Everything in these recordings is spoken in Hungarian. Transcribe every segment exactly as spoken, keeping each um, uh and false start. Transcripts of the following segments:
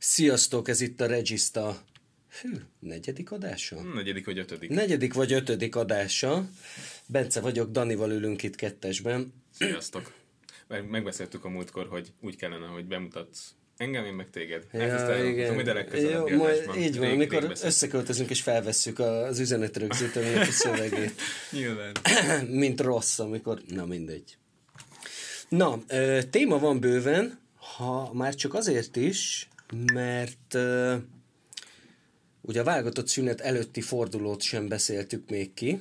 Sziasztok, ez itt a Regiszta Hű, negyedik adása? Negyedik vagy ötödik. Negyedik vagy ötödik adása. Bence vagyok, Danival ülünk itt kettesben. Sziasztok. Meg, megbeszéltük a múltkor, hogy úgy kellene, hogy bemutatsz engem, én meg téged. Ja, hát aztán igen. Majd a legközelebbi Jó, majd adásban. így van, Rég, amikor rég összeköltözünk és felvesszük az üzenetrögzítőnek a szövegét. Nyilván. Mint rossz, amikor... Na, mindegy. Na, téma van bőven, ha már csak azért is, mert ugye a válogatott szünet előtti fordulót sem beszéltük még ki,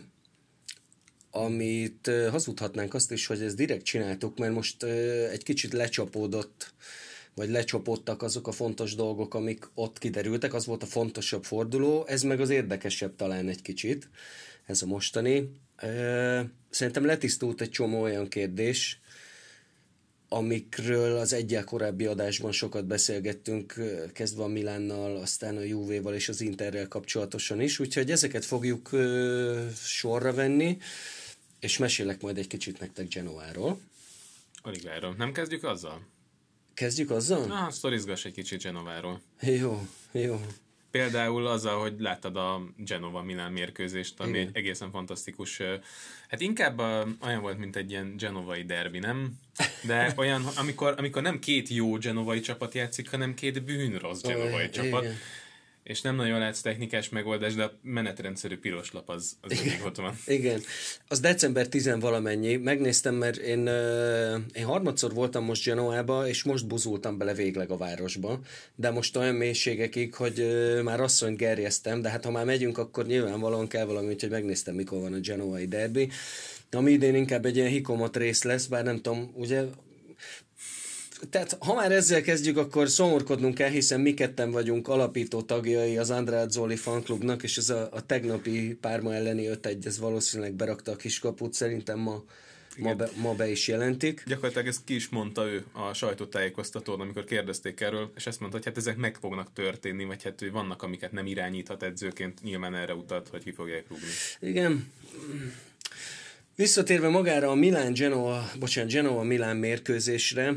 amit hazudhatnánk azt is, hogy ezt direkt csináltuk, mert most egy kicsit lecsapódott, vagy lecsapódtak azok a fontos dolgok, amik ott kiderültek, az volt a fontosabb forduló, ez meg az érdekesebb talán egy kicsit, ez a mostani. Szerintem letisztult egy csomó olyan kérdés, amikről az egyel korábbi adásban sokat beszélgettünk, kezdve a Milánnal, aztán a Juvéval és az Interrel kapcsolatosan is, úgyhogy ezeket fogjuk ö, sorra venni, és mesélek majd egy kicsit nektek Genoáról. Alig várom. Nem kezdjük azzal? Kezdjük azzal? Na, sztorizgass egy kicsit Genováról. Jó, jó. Például azzal, hogy láttad a Genova-Milán mérkőzést, ami Igen. egy egészen fantasztikus. Hát inkább a, olyan volt, mint egy ilyen genovai derbi, nem? De olyan, amikor, amikor nem két jó genovai csapat játszik, hanem két bűnrossz genovai Oh, csapat. igen. És nem nagyon látsz technikás megoldás, de a menetrendszerű piros lap az, az mindig ott van. Igen. Az december tíz valamennyi. Megnéztem, mert én, euh, én harmadszor voltam most Genoába, és most buzultam bele végleg a városba. De most olyan mélységekig, hogy euh, már asszonyt gerjeztem, de hát ha már megyünk, akkor nyilvánvalóan kell valami, úgyhogy megnéztem, mikor van a genoai derbi. Ami idén inkább egy ilyen hikomot rész lesz, bár nem tudom, ugye... Tehát, ha már ezzel kezdjük, akkor szomorkodnunk kell, hiszen mi ketten vagyunk alapító tagjai az Andrea Azzoli fanklubnak, és ez a, a tegnapi Parma elleni öt egy, ez valószínűleg berakta a kiskaput, szerintem ma, ma, be, ma be is jelentik. Gyakorlatilag ezt ki is mondta ő a sajtótájékoztatón, amikor kérdezték erről, és ezt mondta, hogy hát ezek meg fognak történni, vagy hát hogy vannak, amiket nem irányíthat edzőként, nyilván erre utalt, hogy ki fogják rúgni. Igen. Visszatérve magára a Milán-Genoa, bocsánat, Genoa-Milán mérkőzésre,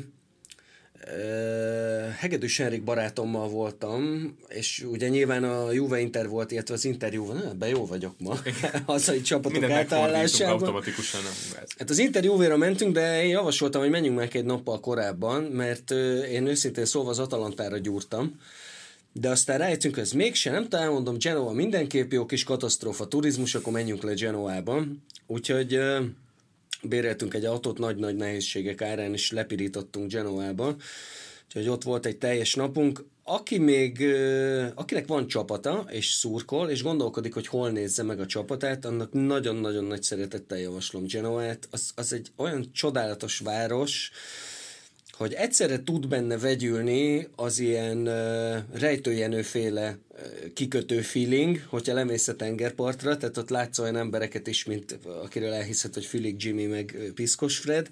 Uh, Hegedűs Henrik barátommal voltam, és ugye nyilván a Juve Inter volt, illetve az Inter Juve, na, ebben jó vagyok ma, hazai csapatok átállásában. Automatikusan. Hát az Inter Juvéra mentünk, de én javasoltam, hogy menjünk meg egy nappal korábban, mert uh, én őszintén szólva az Atalantára gyúrtam, de aztán rájöttünk, hogy ez mégse, nem talán mondom, Genoa mindenképp jó kis katasztrófa turizmus, akkor menjünk le Genoában. Úgyhogy uh, béreltünk egy autót nagy-nagy nehézségek árán, és lepirítottunk Genoába. Úgyhogy ott volt egy teljes napunk. Aki még, akinek van csapata, és szurkol, és gondolkodik, hogy hol nézze meg a csapatát, annak nagyon-nagyon nagy szeretettel javaslom Genoát. Az, az egy olyan csodálatos város, hogy egyszerre tud benne vegyülni az ilyen uh, rejtőjenőféle uh, kikötő feeling, hogyha lemész a tengerpartra, tehát ott látsz olyan embereket is, mint akiről elhiszed, hogy Fülig Jimmy meg uh, Piszkos Fred.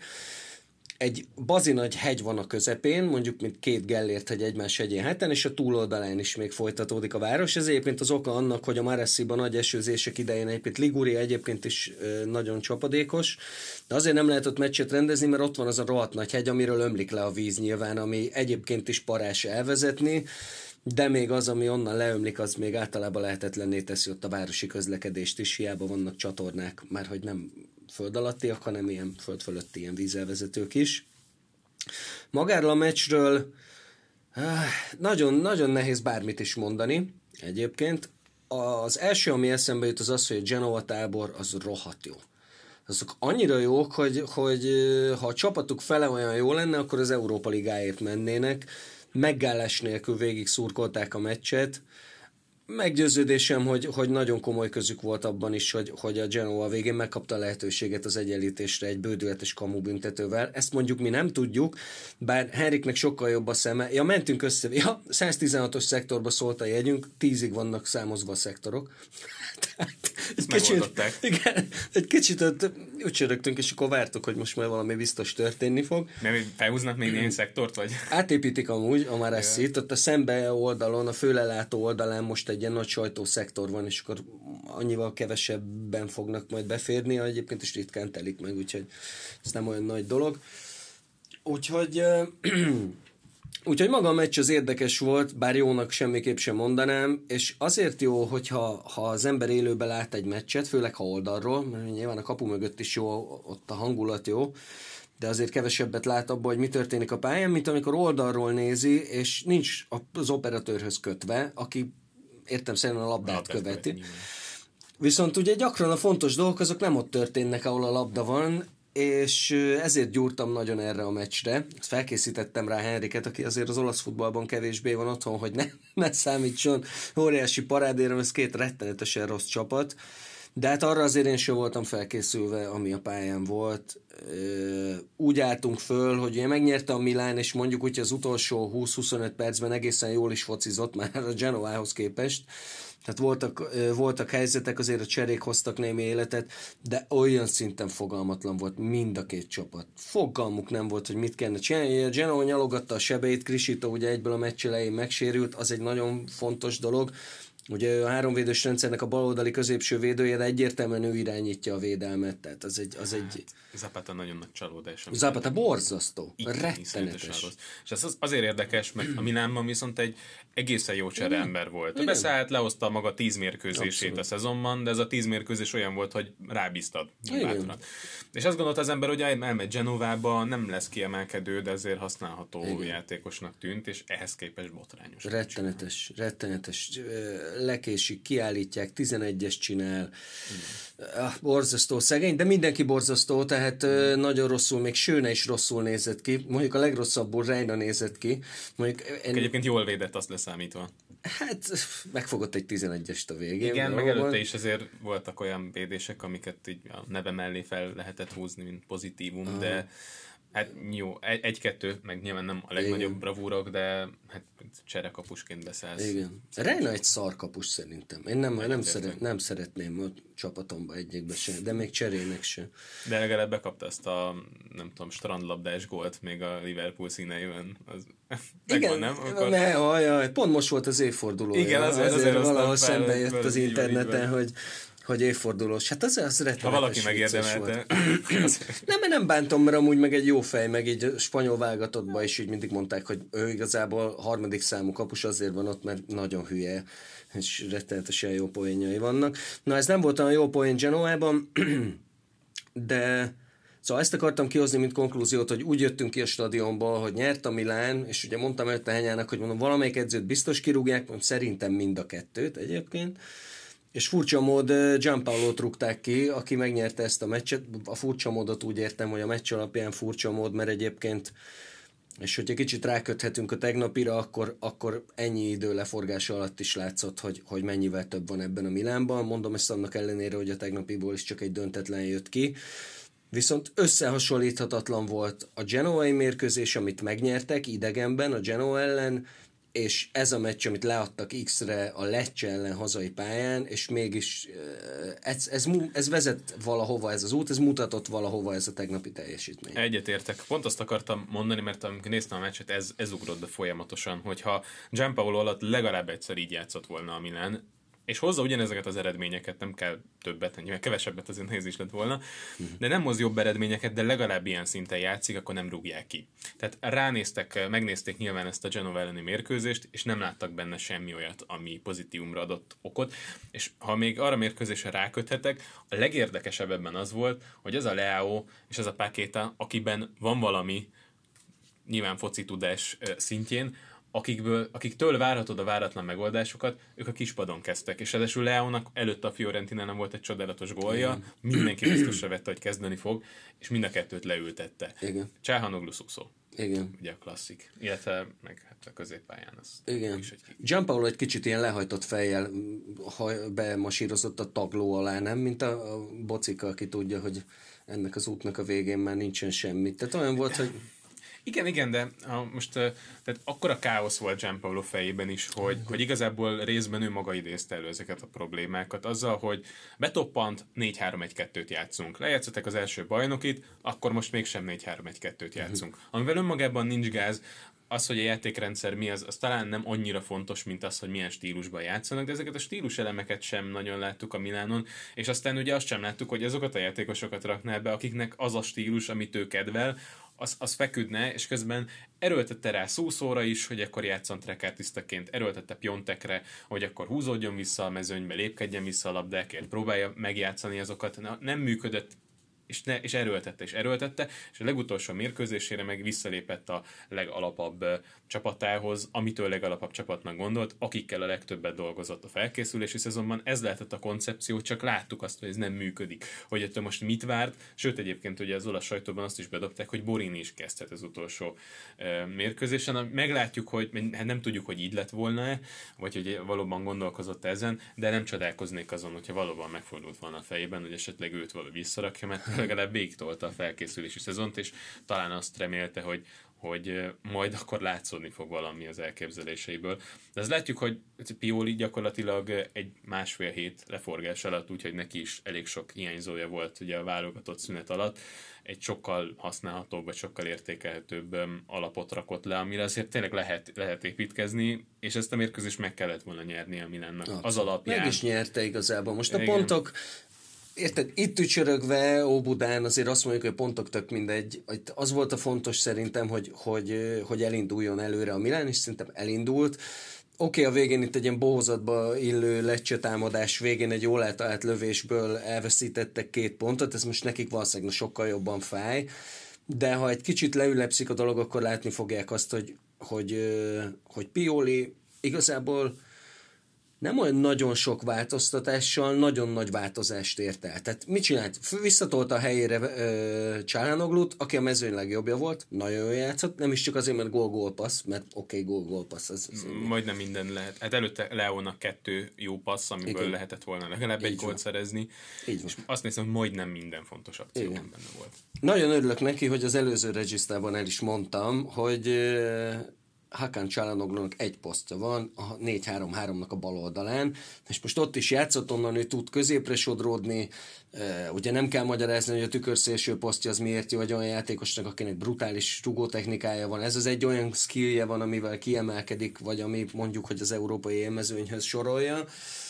Egy bazinagy hegy van a közepén, mondjuk mint két Gellért hegy egymás hegyén heten, és a túloldalán is még folytatódik a város. Ez egyébként az oka annak, hogy a Maressiban nagy esőzések idején egyébként Liguria egyébként is ö, nagyon csapadékos, de azért nem lehet ott meccset rendezni, mert ott van az a rohadt nagy hegy, amiről ömlik le a víz nyilván, ami egyébként is parás elvezetni, de még az, ami onnan leömlik, az még általában lehetetlenné teszi ott a városi közlekedést is, hiába vannak csatornák, már hogy nem föld alattiak, hanem ilyen föld fölötti ilyen vízelvezetők is. Magáról a meccsről nagyon-nagyon nehéz bármit is mondani egyébként. Az első, ami eszembe jut, az az, hogy a Genoa tábor az rohadt jó. Azok annyira jók, hogy, hogy ha a csapatuk fele olyan jó lenne, akkor az Európa Ligáért mennének. Megállás nélkül végig szurkolták a meccset. Meggyőződésem, hogy, hogy nagyon komoly közük volt abban is, hogy, hogy a Genoa végén megkapta a lehetőséget az egyenlítésre egy bődületes kamu büntetővel. Ezt mondjuk mi nem tudjuk, bár Henriknek sokkal jobb a szeme. Ja, mentünk össze, ja, száztizenhatos szektorba szólt a jegyünk, tízig vannak számozva a szektorok. egy kicsit, igen, egy kicsit ott úgy csörögtünk, és akkor vártuk, hogy most már valami biztos történni fog. Nem, felhúznak még néhány szektort, vagy? Átépítik amúgy a Marassit, ott a szembe oldalon, a főlelátó oldalán most egy ilyen nagy sajtószektor van, és akkor annyival kevesebben fognak majd beférni, egyébként is ritkán telik meg, úgyhogy ez nem olyan nagy dolog. Úgyhogy Úgyhogy maga a meccs az érdekes volt, bár jónak semmiképp sem mondanám, és azért jó, hogyha ha az ember élőben lát egy meccset, főleg ha oldalról, mert nyilván a kapu mögött is jó, ott a hangulat jó, de azért kevesebbet lát abból, hogy mi történik a pályán, mint amikor oldalról nézi, és nincs az operatőrhöz kötve, aki értem szerint a labdát, labdát követi. követi. Viszont ugye gyakran a fontos dolgok azok nem ott történnek, ahol a labda van, és ezért gyúrtam nagyon erre a meccsre. Felkészítettem rá Henriket, aki azért az olasz futballban kevésbé van otthon, hogy ne, ne számítson óriási parádéra, ez két rettenetesen rossz csapat. De hát arra azért én sem voltam felkészülve, ami a pályán volt. Úgy álltunk föl, hogy ugye megnyerte a Milán, és mondjuk úgy az utolsó húsz-huszonöt percben egészen jól is focizott már a Genoához képest. Tehát voltak, voltak helyzetek, azért a cserék hoztak némi életet, de olyan szinten fogalmatlan volt mind a két csapat. Fogalmuk nem volt, hogy mit kellene csinálni. A Genoa nyalogatta a sebeit, Criscito ugye egyből a meccs elején megsérült, az egy nagyon fontos dolog. Ugye a háromvédős rendszernek a baloldali középső védője, de egyértelműen ő irányítja a védelmet, tehát az egy... Az egy... Zapata nagyon nagy csalódás. Zapata borzasztó, rettenetes. És ez az azért érdekes, mert a Milánban viszont egy egészen jó csereember volt. Ő beszállt, lehozta maga tíz mérkőzését Abszolút. A szezonban, de ez a tíz mérkőzés olyan volt, hogy rábíztad. És azt gondolta az ember, hogy elmegy Genovába, nem lesz kiemelkedő, de azért használható Igen. játékosnak tűnt, és ehhez képest botrányos. Rettenetes, rettenetes. Lekésik, kiállítják, tizenegyes csinál. Ah, borzasztó szegény, de mindenki borzasztó, tehát uh, nagyon rosszul, még Schöne is rosszul nézett ki. Mondjuk a legrosszabbul Reina nézett ki. Mondjuk, en... Egyébként jól védett, azt leszámítva. Hát megfogott egy tizenegyest a végén. Igen, meg előtte is azért voltak olyan védések, amiket így a neve mellé fel lehetett húzni, mint pozitívum, ah. de hát jó, egy-kettő, meg nyilván nem a legnagyobb Igen. bravúrok, de hát cserekapusként beszállsz. Igen. Reina egy szarkapus szerintem. Én nem, nem, szeret, nem szeretném a csapatomba egyikbe se, de még cserének se. De legalább bekapta ezt a, nem tudom, strandlabdás gólt még a Liverpool színeiben. Az Igen, nem? Akkor... ne, ajaj, pont most volt az évfordulója. Igen, azért, azért, azért valahol szembe jött az interneten, hogy hogy évfordulós. Hát az, az rettenetes. Ha valaki megérdemelte. nem, mert nem bántom, mert amúgy meg egy jó fej, meg egy spanyol válogatottban is így mindig mondták, hogy ő igazából harmadik számú kapus azért van ott, mert nagyon hülye, és rettenetesen jó poénjai vannak. Na, ez nem volt olyan jó poén Genoában, de szóval ezt akartam kihozni, mint konklúziót, hogy úgy jöttünk ki a stadionból, hogy nyert a Milán, és ugye mondtam előtte Henyának, hogy mondom, valamelyik edzőt biztos kirúgják, mondom, szerintem mind a kettőt egyébként. És furcsa mód Gianpaolót rúgták ki, aki megnyerte ezt a meccset. A furcsa módot úgy értem, hogy a meccs alapján furcsa mód, mert egyébként, és hogyha kicsit ráköthetünk a tegnapira, akkor, akkor ennyi idő leforgása alatt is látszott, hogy, hogy mennyivel több van ebben a Milánban. Mondom ezt annak ellenére, hogy a tegnapiból is csak egy döntetlen jött ki. Viszont összehasonlíthatatlan volt a genoai mérkőzés, amit megnyertek idegenben a Genoa ellen, és ez a meccs, amit leadtak X-re a Lecce ellen hazai pályán, és mégis ez, ez, ez vezet valahova ez az út, ez mutatott valahova ez a tegnapi teljesítmény. Egyetértek. Pont azt akartam mondani, mert amikor néztem a meccset, ez, ez ugrott be folyamatosan, hogyha Gianpaolo alatt legalább egyszer így játszott volna a Milán, és hozza ugyanezeket az eredményeket, nem kell többet, nyilván kevesebbet azért nehéz is lett volna, de nem hoz jobb eredményeket, de legalább ilyen szinten játszik, akkor nem rúgják ki. Tehát ránéztek, megnézték nyilván ezt a Genova elleni mérkőzést, és nem láttak benne semmi olyat, ami pozitívumra adott okot, és ha még arra mérkőzésre ráköthetek, a legérdekesebb ebben az volt, hogy ez a Leao és ez a Paqueta, akiben van valami, nyilván foci tudás szintjén, akikből, akiktől várhatod a váratlan megoldásokat, ők a kispadon kezdtek, és ráadásul Leónak előtt a Fiorentinánál volt egy csodálatos gólja, igen. Mindenki biztosra vette, hogy kezdeni fog, és mind a kettőt leültette. Csáhanoglu Suso. Igen. Ugye a klasszik. Illetve meg hát a középpályán az. Igen. Gianpaolo egy kicsit ilyen lehajtott fejjel bemasírozott a tagló alá, nem? Mint a, a bocika, aki tudja, hogy ennek az útnak a végén már nincsen semmi. Tehát olyan volt, hogy Igen, igen, de ha most tehát akkora káosz volt Gianpaolo fejében is, hogy, hogy igazából részben ő maga idézte elő ezeket a problémákat, azzal, hogy betoppant, négy három egy kettőt játszunk. Lejátszották az első bajnokit, akkor most mégsem négy három egy kettőt játszunk. Amivel önmagában nincs gáz, az, hogy a játékrendszer mi, az, az talán nem annyira fontos, mint az, hogy milyen stílusban játszanak, de ezeket a stílus elemeket sem nagyon láttuk a Milánon, és aztán ugye azt sem láttuk, hogy azokat a játékosokat rakná be, akiknek az a stílus, amit ő kedvel, az, az feküdne, és közben erőltette rá szószóra is, hogy akkor játszon trekkártisztaként, erőltette Piontekre, hogy akkor húzódjon vissza a mezőnybe, lépkedjen vissza a labdákért, próbálja megjátszani azokat. Na, nem működött, és, ne, és erőltette, és erőltette, és a legutolsó mérkőzésére meg visszalépett a legalapabb uh, csapatához, amitől legalapabb csapatnak gondolt, akikkel a legtöbbet dolgozott a felkészülési szezonban. Ez lehetett a koncepció, csak láttuk azt, hogy ez nem működik. Hogy ettől most mit várt, sőt egyébként ugye az olasz sajtóban azt is bedobták, hogy Borini is kezdhet az utolsó uh, mérkőzésen. Meglátjuk, hogy hát nem tudjuk, hogy így lett volna-e, vagy hogy valóban gondolkozott ezen, de nem csodálkoznék azon, hogyha valóban megfordult volna a fejében, hogy esetleg őt valami visszarakja, mert legalább végigtolta a felkészülési szezont, és talán azt remélte, hogy, hogy majd akkor látszódni fog valami az elképzeléseiből. De azt látjuk, hogy Pioli gyakorlatilag egy másfél hét leforgás alatt, úgyhogy neki is elég sok hiányzója volt ugye a válogatott szünet alatt, egy sokkal használhatóbb, vagy sokkal értékelhetőbb alapot rakott le, amire azért tényleg lehet, lehet építkezni, és ezt a mérkőzést meg kellett volna nyerni a Milánnak. Az alapján. Meg is nyerte igazából. Most a igen. pontok, érted, itt ücsörögve Óbudán azért azt mondjuk, hogy pontok tök mindegy. Az volt a fontos szerintem, hogy, hogy, hogy elinduljon előre a Milán, és szerintem elindult. Oké, okay, a végén itt egy ilyen bohozatba illő Lecce támadás végén egy jól eltalált lövésből elveszítettek két pontot, ez most nekik valószínűleg sokkal jobban fáj, de ha egy kicsit leülepszik a dolog, akkor látni fogják azt, hogy, hogy, hogy Pioli igazából nem olyan nagyon sok változtatással, nagyon nagy változást ért el. Tehát mit csinált? Visszatolta a helyére uh, Csálanoglut, aki a mezőny legjobbja volt, nagyon jól játszott, nem is csak azért, mert gól-gól passz, mert oké, okay, gól-gól passz. Ez, ez majdnem minden lehet. Hát előtte Leónak kettő jó passz, amiből igen. lehetett volna legalább így egy gólt szerezni. Így és azt nézem, hogy majdnem minden fontos akcióban benne volt. Nagyon örülök neki, hogy az előző regisztrában el is mondtam, hogy uh, Hakan Csálanoglunak egy posztja van, a négy három háromnak a bal oldalán, és most ott is játszott, onnan ő tud középre sodródni, ugye nem kell magyarázni, hogy a tükörszélső posztja az miért jó egy olyan játékosnak, akinek brutális rugótechnikája van. Ez az egy olyan skillje van, amivel kiemelkedik, vagy ami mondjuk, hogy az európai élmezőnyhöz sorolja.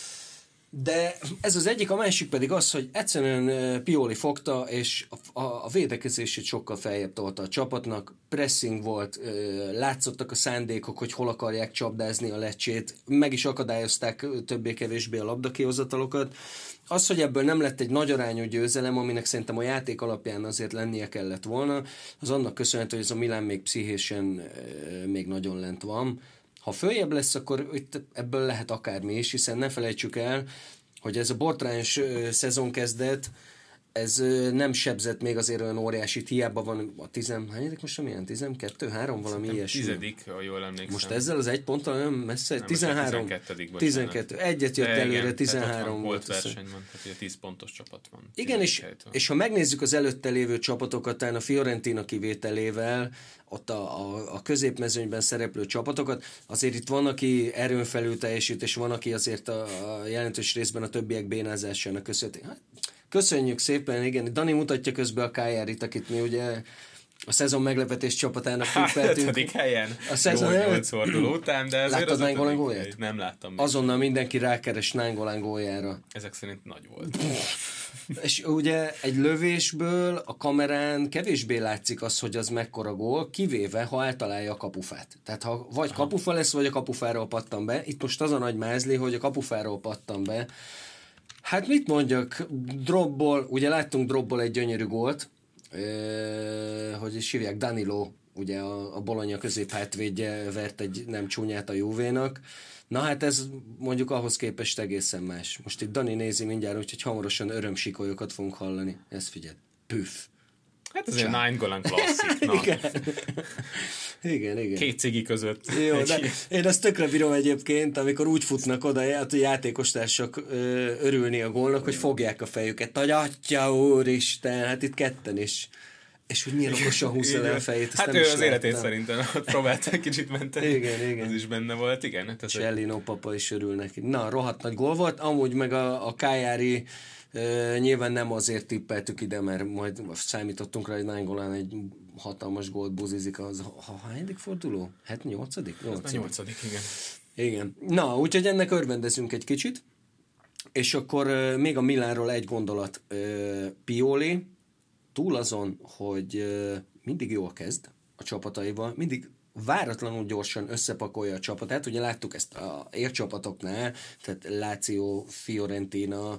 De ez az egyik, a másik pedig az, hogy egyszerűen Pioli fogta, és a, a, a védekezését sokkal feljebb tolta a csapatnak, pressing volt, látszottak a szándékok, hogy hol akarják csapdázni a Lecsét, meg is akadályozták többé-kevésbé a labdakihozatalokat. Az, hogy ebből nem lett egy nagy arányú győzelem, aminek szerintem a játék alapján azért lennie kellett volna, az annak köszönhető, hogy ez a Milán még pszichésen még nagyon lent van. Ha följebb lesz, akkor itt ebből lehet akármi is, hiszen ne felejtsük el, hogy ez a botrányos szezonkezdet, ez nem sebzett még azért olyan óriásit, hiába van a tizen, hányadik most milyen? tizenkettő, három valami ilyesmi. Tizedik, ha jól emlékszem. Most ezzel az egy ponttal nem messze? Nem, tizenhárom. tizenkettő. Egyet jött de előre, igen, tizenhárom volt. Volt verseny van, tehát ugye tíz pontos csapat van. Igen, és, és ha megnézzük az előtte lévő csapatokat, talán a Fiorentina kivételével, ott a, a, a középmezőnyben szereplő csapatokat, azért itt van, aki erőn felül teljesít, és van, aki azért a, a jelentős részben a többiek bénázásának köszönheti. Hát, köszönjük szépen, igen. Dani mutatja közben a Kájárit, akit mi ugye a szezon meglepetés csapatának tippeltünk. ötödik helyen. A szezon nyolc forduló után, de azért láttad Nángolán gólját? Nem láttam. Még. Azonnal mindenki rákeres Nángolán góljára. Ezek szerint nagy volt. És ugye egy lövésből a kamerán kevésbé látszik az, hogy az mekkora gól, kivéve, ha eltalálja a kapufát. Tehát ha vagy Aha. kapufa lesz, vagy a kapufáról pattan be. Itt most az a nagy mázli, hogy a kapufáról pattan be. Hát mit mondjak, dropból, ugye láttunk dropból egy gyönyörű gólt, euh, hogy is hívják, Danilo, ugye a, a Bologna középhátvédje vert egy nem csúnyát a Juvénak. Na hát ez mondjuk ahhoz képest egészen más. Most itt Dani nézi mindjárt, úgyhogy hamarosan örömsikolyokat fogunk hallani. Ezt figyeld. Püff. Hát ez egy nine golan klasszik. igen. igen, igen. Két cigi között. Jó, de én azt tökre bírom egyébként, amikor úgy futnak oda, hogy játékostársak örülni a gólnak, hogy fogják a fejüket. Hogy atya úristen, hát itt ketten is. És hogy milyen okosan húzza le a fejét. Hát ő az életét szerintem próbált egy kicsit menteni. Igen, igen. Az is benne volt, igen. Hát Csellino papa is örül neki. Na, rohadt nagy gól volt. Amúgy meg a, a Kájári uh, nyilván nem azért tippeltük ide, mert majd számítottunk rá, hogy Nángolán egy hatalmas gólt buzizik. Az, ha hányadik forduló? Hát nyolcadik? Nyolcadik. nyolcadik, igen. Igen. Na, úgyhogy ennek örvendezünk egy kicsit. És akkor uh, még a Milánról egy gondolat. Uh, Pioli túl azon, hogy uh, mindig jól kezd a csapataival, mindig váratlanul gyorsan összepakolja a csapatát. Ugye láttuk ezt a ércsapatoknál, tehát Lazio, Fiorentina,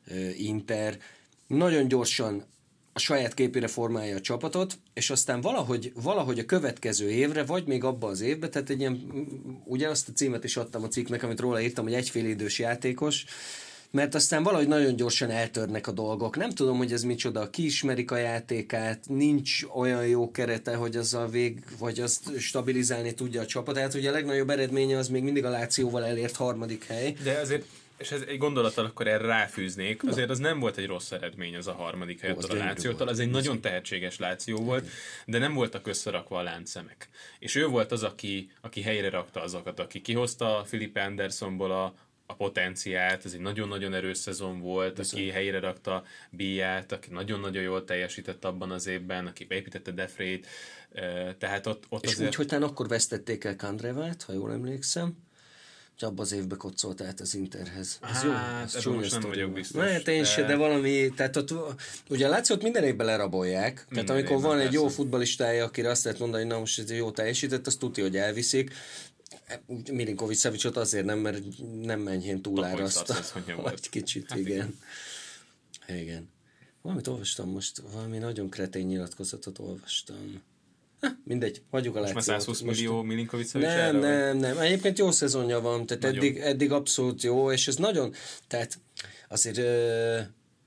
Inter, nagyon gyorsan a saját képére formálja a csapatot, és aztán valahogy, valahogy a következő évre, vagy még abba az évbe, tehát egy ilyen, ugye azt a címet is adtam a cikknek, amit róla írtam, hogy egyfélidős játékos, mert aztán valahogy nagyon gyorsan eltörnek a dolgok. Nem tudom, hogy ez micsoda, kiismerik a játékát, nincs olyan jó kerete, hogy azzal vég, vagy azt stabilizálni tudja a csapatát. Ugye a legnagyobb eredménye az még mindig a Lációval elért harmadik hely. De azért, és ez egy gondolattal akkor erre ráfűznék, azért az nem volt egy rossz eredmény az a harmadik helyet a Lációtól, az egy nagyon tehetséges Láció volt, de nem voltak összerakva a láncszemek. És ő volt az, aki, aki helyre rakta azokat, aki kihozta Filipe Andersonból a a potenciált, ez egy nagyon-nagyon erős szezon volt, Viszont. aki helyre rakta Bíját, aki nagyon-nagyon jól teljesített abban az évben, aki beépítette Defrét, tehát ott, ott és azért... úgy, hogy akkor vesztették el Kandrevát, ha jól emlékszem, hogy abban az évben koccolt át az Interhez. Ez hát, jó, ez most nem vagyok biztos. Na, hát én de... se, de valami, tehát ott, ugye a Lációt minden évben lerabolják, minden tehát amikor van egy persze. jó futballistája, akire azt lehet mondani, hogy na most ez jó teljesített, azt tudja, hogy elviszik. Milinković-Savićot azért nem, mert nem enyhén túláraszta. Vagy kicsit, hát igen. igen. Igen. Valamit olvastam most, valami nagyon kretén nyilatkozatot olvastam. Ha, mindegy, hagyjuk a Lációt. Most már száz húsz millió Milinković-Savić Nem, erre, nem, nem. Egyébként jó szezonja van, tehát eddig, eddig abszolút jó, és ez nagyon, tehát azért... Ö,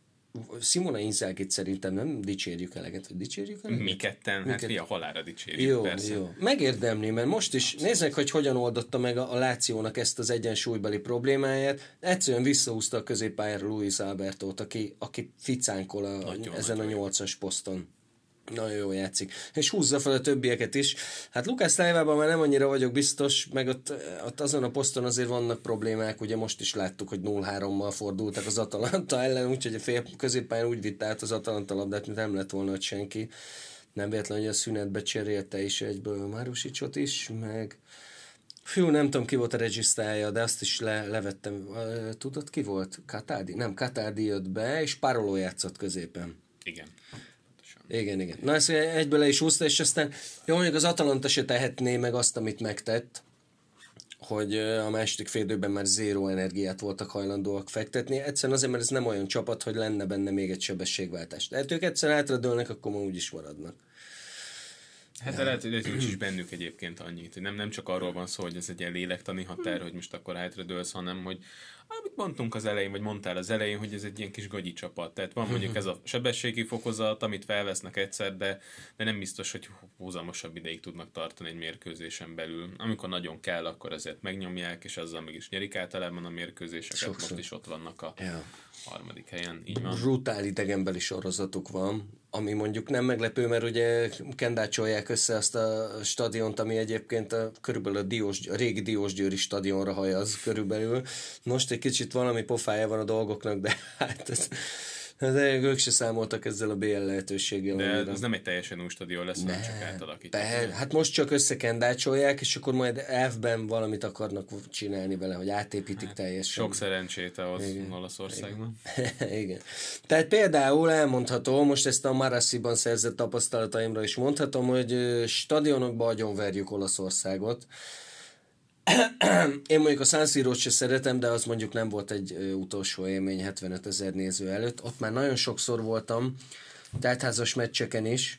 Simona Inzaghi-t szerintem nem dicsérjük eleget, vagy dicsérjük eleget? Mi ketten, hát mi a halára dicsérjük, jó, persze. Jó, megérdemli, mert most is nézzek, hogy hogyan oldotta meg a, a Lációnak ezt az egyensúlybeli problémáját. Egyszerűen visszahúzta a középpályára Luis Albertót, aki, aki ficánkol a, nagyon, ezen nagyon a nyolcas poszton. Nagyon jól játszik. És húzza fel a többieket is. Hát Lucas Leivában már nem annyira vagyok biztos, meg ott, ott azon a poszton azért vannak problémák, ugye most is láttuk, hogy nulla hárommal fordultak az Atalanta ellen, úgyhogy a fél középpályán úgy vitt át az Atalanta labdát, mint nem lett volna ott senki. Nem véletlen, hogy a szünetbe cserélte is egyből Marusicsot is, meg fú, nem tudom, ki volt a regisztrája, de azt is le, levettem. Tudod, ki volt? Katádi? Nem, Katádi jött be, és Parolo játszott középen. Igen. Igen, igen. Na ezt egyből le is húzta, és aztán jó, mondjuk az Atalanta se tehetné meg azt, amit megtett, hogy a második fél időben már zéró energiát voltak hajlandóak fektetni. Egyszerűen azért, mert ez nem olyan csapat, hogy lenne benne még egy sebességváltás. Tehát ők egyszer hátradőlnek, akkor már úgyis maradnak. Hát ja. lehet, hogy ez is bennük egyébként annyit. Nem, nem csak arról van szó, hogy ez egy ilyen lélektani határ, hogy most akkor hátradőlsz, hanem hogy amit mondtunk az elején, vagy mondtál az elején, hogy ez egy ilyen kis gagyi csapat. Tehát van mondjuk ez a sebességi fokozat, amit felvesznek egyszer, de, de nem biztos, hogy húzamosabb ideig tudnak tartani egy mérkőzésen belül. Amikor nagyon kell, akkor azért megnyomják, és azzal meg is nyerik általában a mérkőzéseket. Sokszor. Most is ott vannak a ja. harmadik helyen. Így van. Brutál idegenbeli sorozatuk van, ami mondjuk nem meglepő, mert ugye kendácsolják össze azt a stadiont, ami egyébként a, körülbelül a, Diós, a régi Diósgyőri stadionra hajaz körülbelül. Most egy kicsit valami pofája van a dolgoknak, de hát ez, de ők se számoltak ezzel a bé el lehetőséggel. De annyira. Ez nem egy teljesen új stadion lesz, hanem csak átalakítják. Hát most csak összekendácsolják, és akkor majd elfben valamit akarnak csinálni vele, hogy átépítik hát, teljesen. Sok szerencsét ahhoz Olaszországban. Igen. Igen. Tehát például elmondhatom, most ezt a Marassi-ban szerzett tapasztalataimra is mondhatom, hogy stadionokba agyonverjük Olaszországot. Én mondjuk a San Sirót se szeretem, de az mondjuk nem volt egy ö, utolsó élmény hetvenöt ezer néző előtt. Ott már nagyon sokszor voltam, teltházas meccseken is,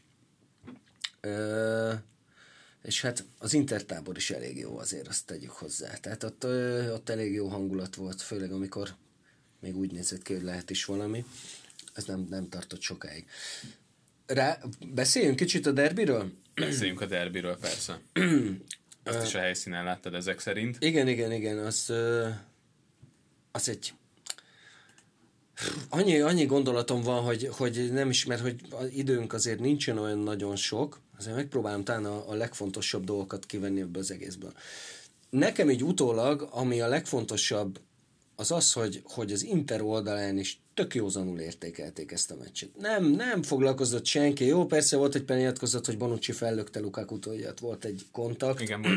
ö, és hát az Intertábor is elég jó, azért azt tegyük hozzá. Tehát ott, ö, ott elég jó hangulat volt, főleg amikor még úgy nézett ki, hogy lehet is valami. Ez nem, nem tartott sokáig. Rá, beszéljünk kicsit a derbiről? Beszéljünk a derbiről, persze. Azt is a helyszínen láttad ezek szerint. Igen, igen, igen. Az, az egy... Annyi, annyi gondolatom van, hogy, hogy nem is, mert hogy az időnk azért nincsen olyan nagyon sok, azért megpróbálom talán a, a legfontosabb dolgokat kivenni ebből az egészből. Nekem így utólag, ami a legfontosabb, az az, hogy, hogy az Inter oldalán is tök józanul értékelték ezt a meccset. Nem, nem foglalkozott senki. Jó, persze volt egy penyiatkozat, hogy Bonucci fellökte Lukaku-t, hogy volt egy kontakt. Igen, volt.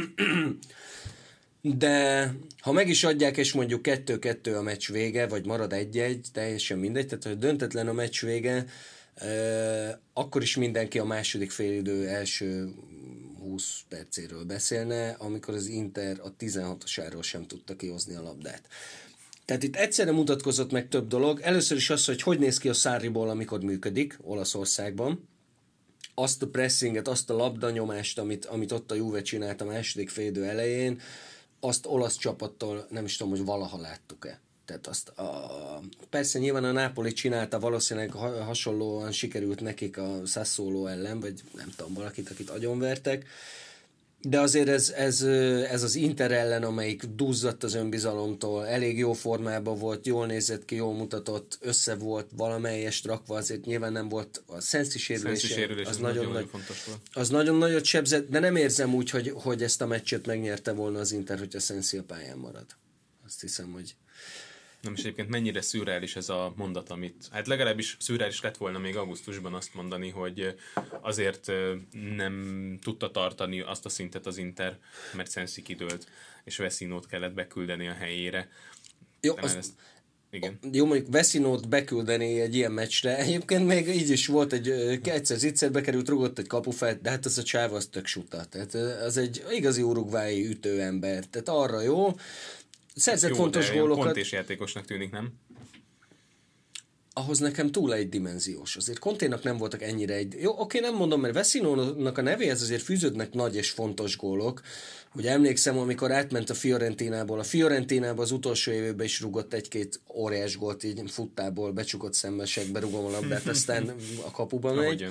De ha meg is adják, és mondjuk kettő-kettő a meccs vége, vagy marad egy-egy, teljesen mindegy, tehát hogy döntetlen a meccs vége, akkor is mindenki a második félidő első húsz percéről beszélne, amikor az Inter a tizenhatosáról sem tudta kihozni a labdát. Tehát itt egyszerre mutatkozott meg több dolog. Először is az, hogy hogy néz ki a Sarriból, amikor működik Olaszországban. Azt a pressinget, azt a labdanyomást, amit, amit ott a Juve csinált a második félidő elején, azt olasz csapattól nem is tudom, hogy valaha láttuk-e. Tehát azt a, persze nyilván a Napoli csinálta, valószínűleg hasonlóan sikerült nekik a Sassuolo ellen, vagy nem tudom, valakit, akit agyonvertek, de azért ez, ez, ez az Inter ellen, amelyik duzzadt az önbizalomtól, elég jó formában volt, jól nézett ki, jól mutatott, össze volt valamelyest rakva, azért nyilván nem volt a Sensi sérülése, az, az nagyon, nagy, fontos volt. Az nagyon nagyot sebzett, de nem érzem úgy, hogy, hogy ezt a meccset megnyerte volna az Inter, hogyha Sensi a pályán marad. Azt hiszem, hogy nem is egyébként mennyire szürreális ez a mondat, amit, hát legalábbis szürreális lett volna még augusztusban azt mondani, hogy azért nem tudta tartani azt a szintet az Inter, mert Sensi kidőlt, és Vessinót kellett beküldeni a helyére. Jó, az, ezt, igen. Jó, mondjuk Vessinót beküldeni egy ilyen meccsre, egyébként még így is volt, egy egyszer-egyszer bekerült, rugott egy kapufát, de hát az a csáv az tök suta. Tehát az egy igazi urugvái ütőember, tehát arra jó, szerzett jó, fontos gólokat. Kontés játékosnak tűnik, nem? Ahhoz nekem túl egydimenziós. Azért Conténak nem voltak ennyire egy... Jó, oké, nem mondom, mert Vessinónak a nevéhez azért fűződnek nagy és fontos gólok. Ugye emlékszem, amikor átment a Fiorentinából. A Fiorentinából az utolsó évben is rugott egy-két óriás gólt, így futtából becsukott szemmesek, berugom a labdát, aztán a kapuba megy.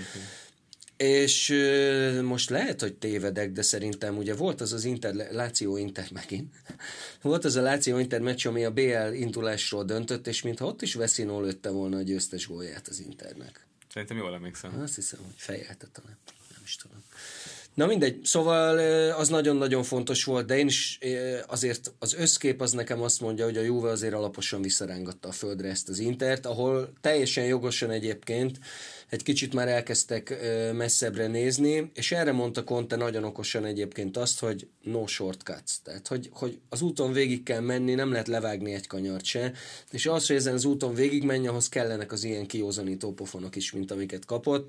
És euh, most lehet, hogy tévedek, de szerintem ugye volt az az Inter, Lazio Inter megint. Volt az a Lazio Inter meccs, ami a bé el indulásról döntött, és mintha ott is Vessinó lőtte volna a győztes gólját az Internek. Szerintem jól emlékszem. Azt hiszem, hogy fejelte talán. Nem is tudom. Na mindegy, szóval az nagyon-nagyon fontos volt, de én is azért az összkép az nekem azt mondja, hogy a Juve azért alaposan visszarángatta a földre ezt az Intert, ahol teljesen jogosan egyébként egy kicsit már elkezdtek messzebbre nézni, és erre mondta Conte nagyon okosan egyébként azt, hogy no shortcuts, tehát hogy, hogy az úton végig kell menni, nem lehet levágni egy kanyart se, és az, hogy ezen az úton végig menj, ahhoz kellenek az ilyen kiózanító pofonok is, mint amiket kapott.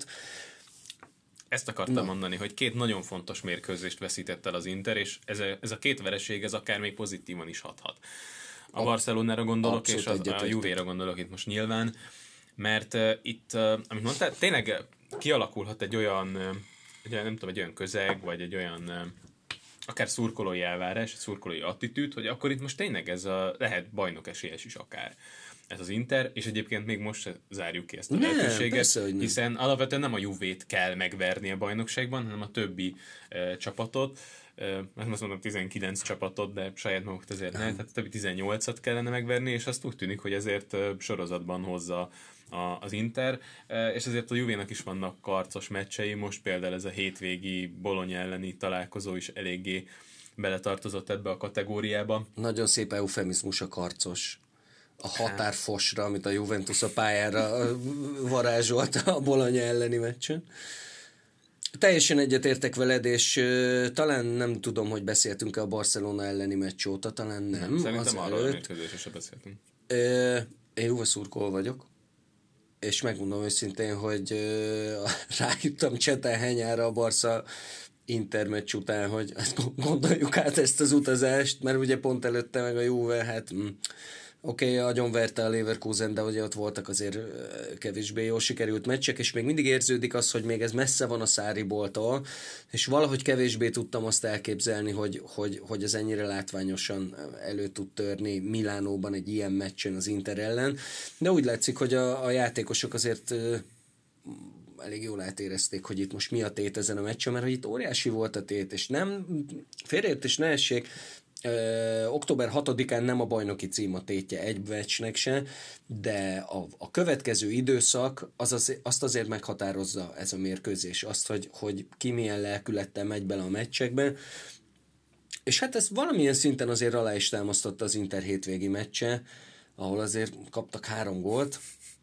Ezt akartam Na. mondani, hogy két nagyon fontos mérkőzést veszített el az Inter, és ez a, ez a két vereség, ez akár még pozitívan is hathat. A Barcelonára gondolok, Abszolút és az, a Juvéra gondolok itt most nyilván, mert uh, itt, uh, amit mondtál, tényleg kialakulhat egy olyan, uh, egy, nem tudom, egy olyan közeg, vagy egy olyan uh, akár szurkolói elvárás, szurkolói attitűd, hogy akkor itt most tényleg ez a, lehet bajnok esélyes is akár. Ez az Inter, és egyébként még most se zárjuk ki ezt a nem, lehetőséget, persze, hiszen alapvetően nem a Juvét kell megverni a bajnokságban, hanem a többi uh, csapatot, nem azt mondom tizenkilenc csapatot, de saját magukat azért nem, tehát többi tizennyolcat kellene megverni, és azt úgy tűnik, hogy ezért sorozatban hozza a, az Inter, és ezért a Juvénak is vannak karcos meccsei, most például ez a hétvégi Bologna elleni találkozó is eléggé beletartozott ebbe a kategóriába. Nagyon szép eufemizmus a karcos. A határfosra, amit a Juventus a pályára varázsolt a Bologna elleni meccsen. Teljesen egyetértek veled, és uh, talán nem tudom, hogy beszéltünk-e a Barcelona elleni meccs óta, talán nem. nem szerintem arról a mérkőzésre sem beszéltünk. Uh, én Juve szurkoló vagyok, és megmondom őszintén, hogy uh, rájöttem Csetelhenyára a Barca Inter meccs után, hogy gondoljuk át ezt az utazást, mert ugye pont előtte meg a Juve, hát... Mm, Oké, okay, agyonverte a Leverkusen, de ugye ott voltak azért kevésbé jól sikerült meccsek, és még mindig érződik az, hogy még ez messze van a Sarriboltól, és valahogy kevésbé tudtam azt elképzelni, hogy, hogy, hogy ez ennyire látványosan elő tud törni Milánóban egy ilyen meccsen az Inter ellen, de úgy látszik, hogy a, a játékosok azért elég jól átérezték, hogy itt most mi a tét ezen a meccsen, mert hogy itt óriási volt a tét, és nem félreértés ne essék, Ö, október hatodikán nem a bajnoki cím a tétje egy meccsnek se, de a, a következő időszak az az, azt azért meghatározza ez a mérkőzés, azt, hogy, hogy ki milyen lelkülettel megy bele a meccsekbe, és hát ez valamilyen szinten azért alá is támasztotta az Inter hétvégi meccse, ahol azért kaptak három gólt,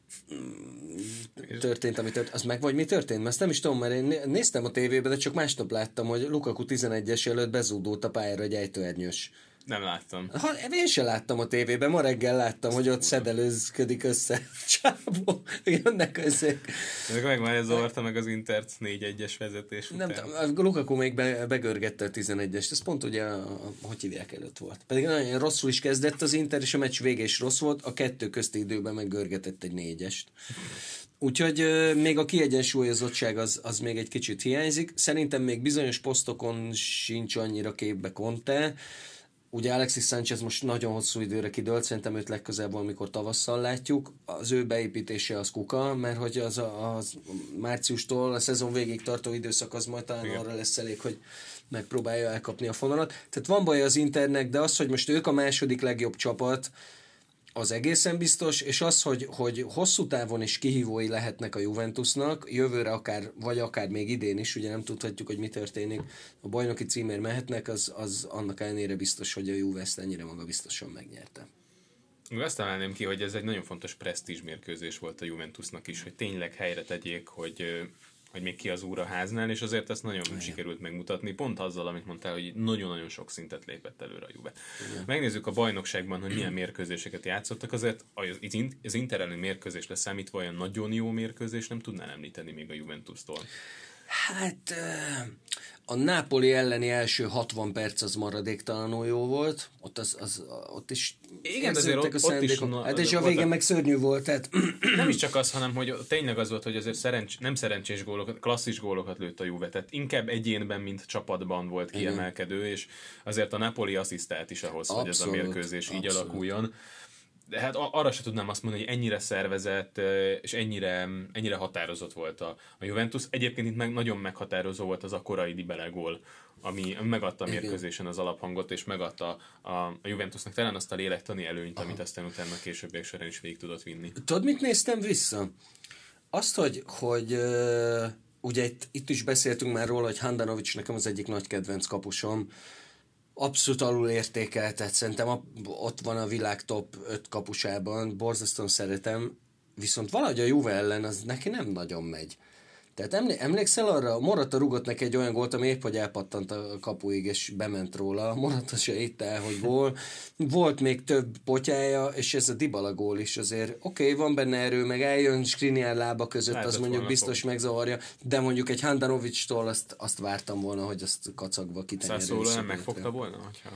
történt, ami történt. Az meg vagy mi történt? Mert ezt nem is tudom, mert én néztem a tévében, de csak másnap láttam, hogy Lukaku tizenegyes előtt bezúdult a pályára egy ejtőernyős Nem láttam. Ha, én sem láttam a tévében, ma reggel láttam, hogy ott szedelőzködik össze. Csábó, jönnek össze. Meg már zavarta meg az Intert négy egyes vezetés Nem, után. a Lukaku még be, begörgette a tizenegyest, ez pont ugye, a, a, hogy hívják, előtt volt. Pedig nagyon rosszul is kezdett az Inter, és a meccs vége is rossz volt, a kettő közti időben meggörgetett egy négyest. Úgyhogy euh, még a kiegyensúlyozottság az, az még egy kicsit hiányzik. Szerintem még bizonyos posztokon sincs annyira képbe Conte. Ugye Alexis Sánchez most nagyon hosszú időre kidőlt, szerintem őt legközelebb valamikor tavasszal látjuk. Az ő beépítése az kuka, mert hogy az, a, az márciustól a szezon végig tartó időszak az majd talán Igen. arra lesz elég, hogy megpróbálja elkapni a fonalat. Tehát van baj az Internek, de az, hogy most ők a második legjobb csapat, az egészen biztos, és az, hogy, hogy hosszú távon is kihívói lehetnek a Juventusnak, jövőre akár, vagy akár még idén is, ugye nem tudhatjuk, hogy mi történik, a bajnoki címért mehetnek, az, az annak ellenére biztos, hogy a Juve ezt ennyire magabiztosan megnyerte. Azt emelném ki, hogy ez egy nagyon fontos presztízs mérkőzés volt a Juventusnak is, hogy tényleg helyre tegyék, hogy hogy még ki az úr a háznál, és azért ezt nagyon Igen. sikerült megmutatni, pont azzal, amit mondtál, hogy nagyon-nagyon sok szintet lépett előre a Juve. Igen. Megnézzük a bajnokságban, hogy milyen mérkőzéseket játszottak, azért az Inter elleni mérkőzés leszámítva olyan nagyon jó mérkőzés nem tudnál említeni még a Juventustól. Hát a Napoli elleni első hatvan perc az maradéktalanul jó volt, ott, az, az, ott is Igen, azért ott, a ott is hát és a végén meg szörnyű volt. Tehát... Nem is csak az, hanem hogy tényleg az volt, hogy azért szerencs, nem szerencsés gólokat, klasszis gólokat lőtt a Juve, tehát inkább egyénben, mint csapatban volt kiemelkedő, Igen. és azért a Napoli asszisztált is ahhoz, abszolút, hogy ez a mérkőzés abszolút. így alakuljon. De hát arra sem tudnám azt mondani, hogy ennyire szervezett és ennyire, ennyire határozott volt a, a Juventus. Egyébként itt meg nagyon meghatározó volt az a korai Dybala gól, ami, ami megadta a mérkőzésen az alaphangot, és megadta a, a Juventusnak talán azt a lélektani előnyt, Aha. amit aztán utána későbbiek során is végig tudott vinni. Tudod, mit néztem vissza? Azt, hogy, hogy uh, ugye itt, itt is beszéltünk már róla, hogy Handanovic nekem az egyik nagy kedvenc kapusom, abszolút alul értékelt, tehát szerintem a, ott van a világ top öt kapusában, borzasztóan szeretem, viszont valahogy a Juve ellen az neki nem nagyon megy. Tehát emlé- emlékszel arra, Morata rugott neki egy olyan gólt, ami épp hogy elpattant a kapuig, és bement róla. Morata se hitt el, hogy gól. Volt még több potyája, és ez a Dybala gól is azért, oké, okay, van benne erő, meg eljön Skriniar lába között, Lehetett az mondjuk biztos fog. megzavarja, de mondjuk egy Handanovic-tól azt, azt vártam volna, hogy azt kacagva kitenyerő. Szászoló nem megfogta volna, hogyha...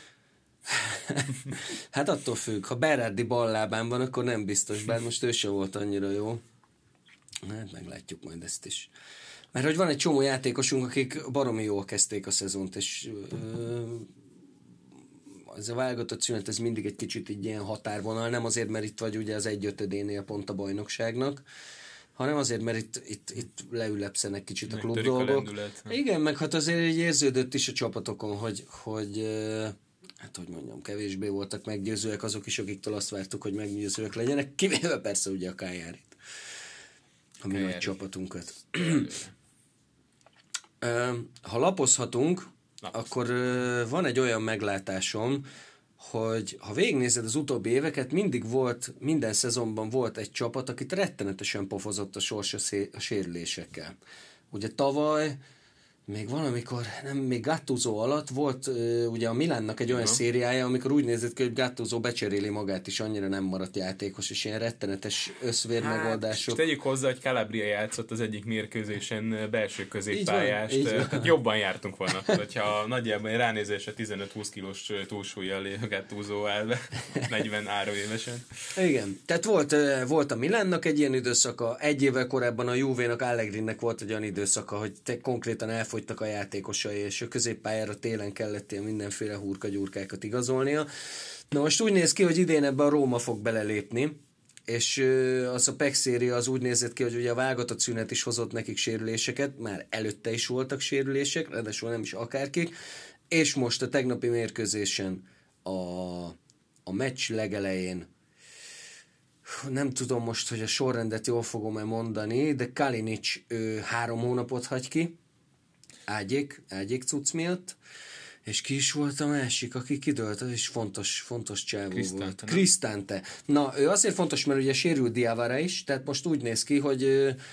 Hát attól függ, ha Berardi ballábán van, akkor nem biztos, bár most ő se volt annyira jó. Hát meglátjuk majd ezt is. Mert hogy van egy csomó játékosunk, akik baromi jól kezdték a szezont, és ö, ez a válogatott szünet, ez mindig egy kicsit így ilyen határvonal, nem azért, mert itt vagy ugye az egyötödénél pont a bajnokságnak, hanem azért, mert itt, itt, itt leülepszenek kicsit a klub dolgok. Igen, meg hát azért így érződött is a csapatokon, hogy, hogy hát hogy mondjam, kevésbé voltak meggyőzőek azok is, akiktől azt vártuk, hogy meggyőzőek legyenek, kivéve persze ugye a Cagliarit, a mi nagy csapatunkat. Ha lapozhatunk, Lapos. akkor van egy olyan meglátásom, hogy ha végignézed az utóbbi éveket, mindig volt, minden szezonban volt egy csapat, akit rettenetesen pofozott a sors a, szé- a sérülésekkel. Ugye tavaly, még valamikor, nem, még Gattuso alatt volt uh, ugye a Milánnak egy olyan uh-huh. szériája, amikor úgy nézett ki, hogy Gattuso becseréli magát, és annyira nem maradt játékos, és ilyen rettenetes összvér hát, megoldások. Tegyük hozzá, hogy Calabria játszott az egyik mérkőzésen belső középpályást. Így van, így van. Jobban jártunk volna, hogyha nagyjából ránézésre tizenöt-húsz kilós túlsúllyal Gattuso áll be, negyvenhárom évesen. Igen, tehát volt, volt a Milánnak egy ilyen időszaka, egy évvel korábban a Juvénak, Allegrinek volt egy olyan időszaka, hogy te konkrétan elfogytak a játékosai, és a középpályára télen kellett ilyen mindenféle hurkagyurkákat igazolnia. Na most úgy néz ki, hogy idén ebbe a Róma fog belelépni, és az a pé e cé széria az úgy nézett ki, hogy ugye a válogatott szünet is hozott nekik sérüléseket, már előtte is voltak sérülések, ráadásul nem is akárkik, és most a tegnapi mérkőzésen a, a meccs legelején, nem tudom most, hogy a sorrendet jól fogom-e mondani, de Kalinic ő három hónapot hagy ki, ágyék, ágyék cucc miatt, és ki is volt a másik, aki kidőlt, az is fontos, fontos csávó volt. Cristante. Na, ő azért fontos, mert ugye sérült Diawara is, tehát most úgy néz ki, hogy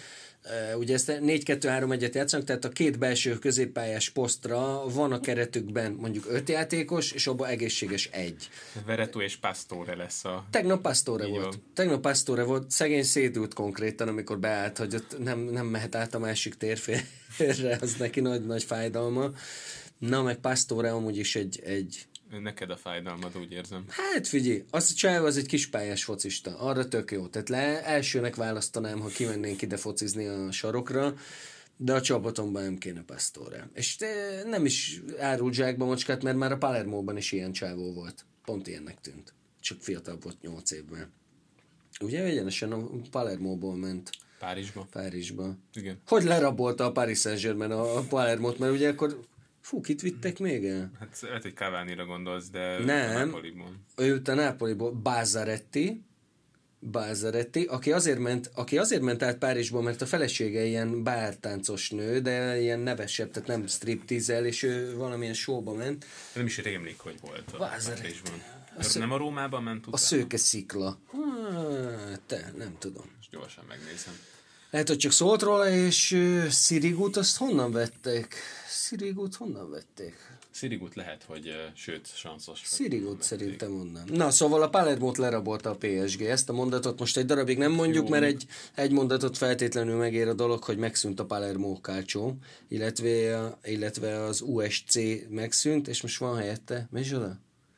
ugye ezt négy kettő három egyet játszanak, tehát a két belső középpályás posztra van a keretükben mondjuk öt játékos, és abban egészséges egy. Veretú és Pastore lesz a... Tegnap Pastore volt. van. Tegnap Pastore volt, szegény szédült konkrétan, amikor beállt, hogy ott nem, nem mehet át a másik térfélre, az neki nagy-nagy fájdalma. Na, meg Pastore amúgy is egy... egy Neked a fájdalmad, úgy érzem. Hát figyelj, az a csáv az egy kispályás focista, arra tök jó. Tehát le, elsőnek választanám, ha kimennénk ide focizni a sarokra, de a csapatomban nem kéne Pastore. És nem is árult zsákba mocskát, mert már a Palermóban is ilyen csávó volt. Pont ilyennek tűnt. Csak fiatal volt nyolc évben. Ugye egyenesen a Palermóból ment. Párizsba. Párizsba. Igen. Hogy lerabolta a Paris Saint-Germain a Palermót, mert ugye akkor fú, kit vittek még el? Hát lehet, hogy Cavani-ra gondolsz, de nem. a Napoliból. Ő jött a Napoliból, Bazzaretti, Bazzaretti, aki azért ment, aki azért ment át Párizsba, mert a felesége ilyen bártáncos nő, de ilyen nevesebb, tehát nem striptease-el, és ő valamilyen showba ment. Nem is rémlik, hogy volt a Párizsban. Szö... Nem a Rómában ment utána? A szőke szikla. Ah, te, nem tudom. Most gyorsan megnézem. Lehet, hogy csak szólt róla, és uh, Sirigut azt honnan vették? Sirigut honnan vették? Sirigut lehet, hogy uh, sőt, sanszos. Sirigut szerintem onnan. Na, szóval a Palermót lerabolta a pé es gé. Ezt a mondatot most egy darabig nem mondjuk, jó, mert egy, egy mondatot feltétlenül megér a dolog, hogy megszűnt a Palermo Calcio, illetve, illetve az u es cé megszűnt, és most van helyette. Micsoda?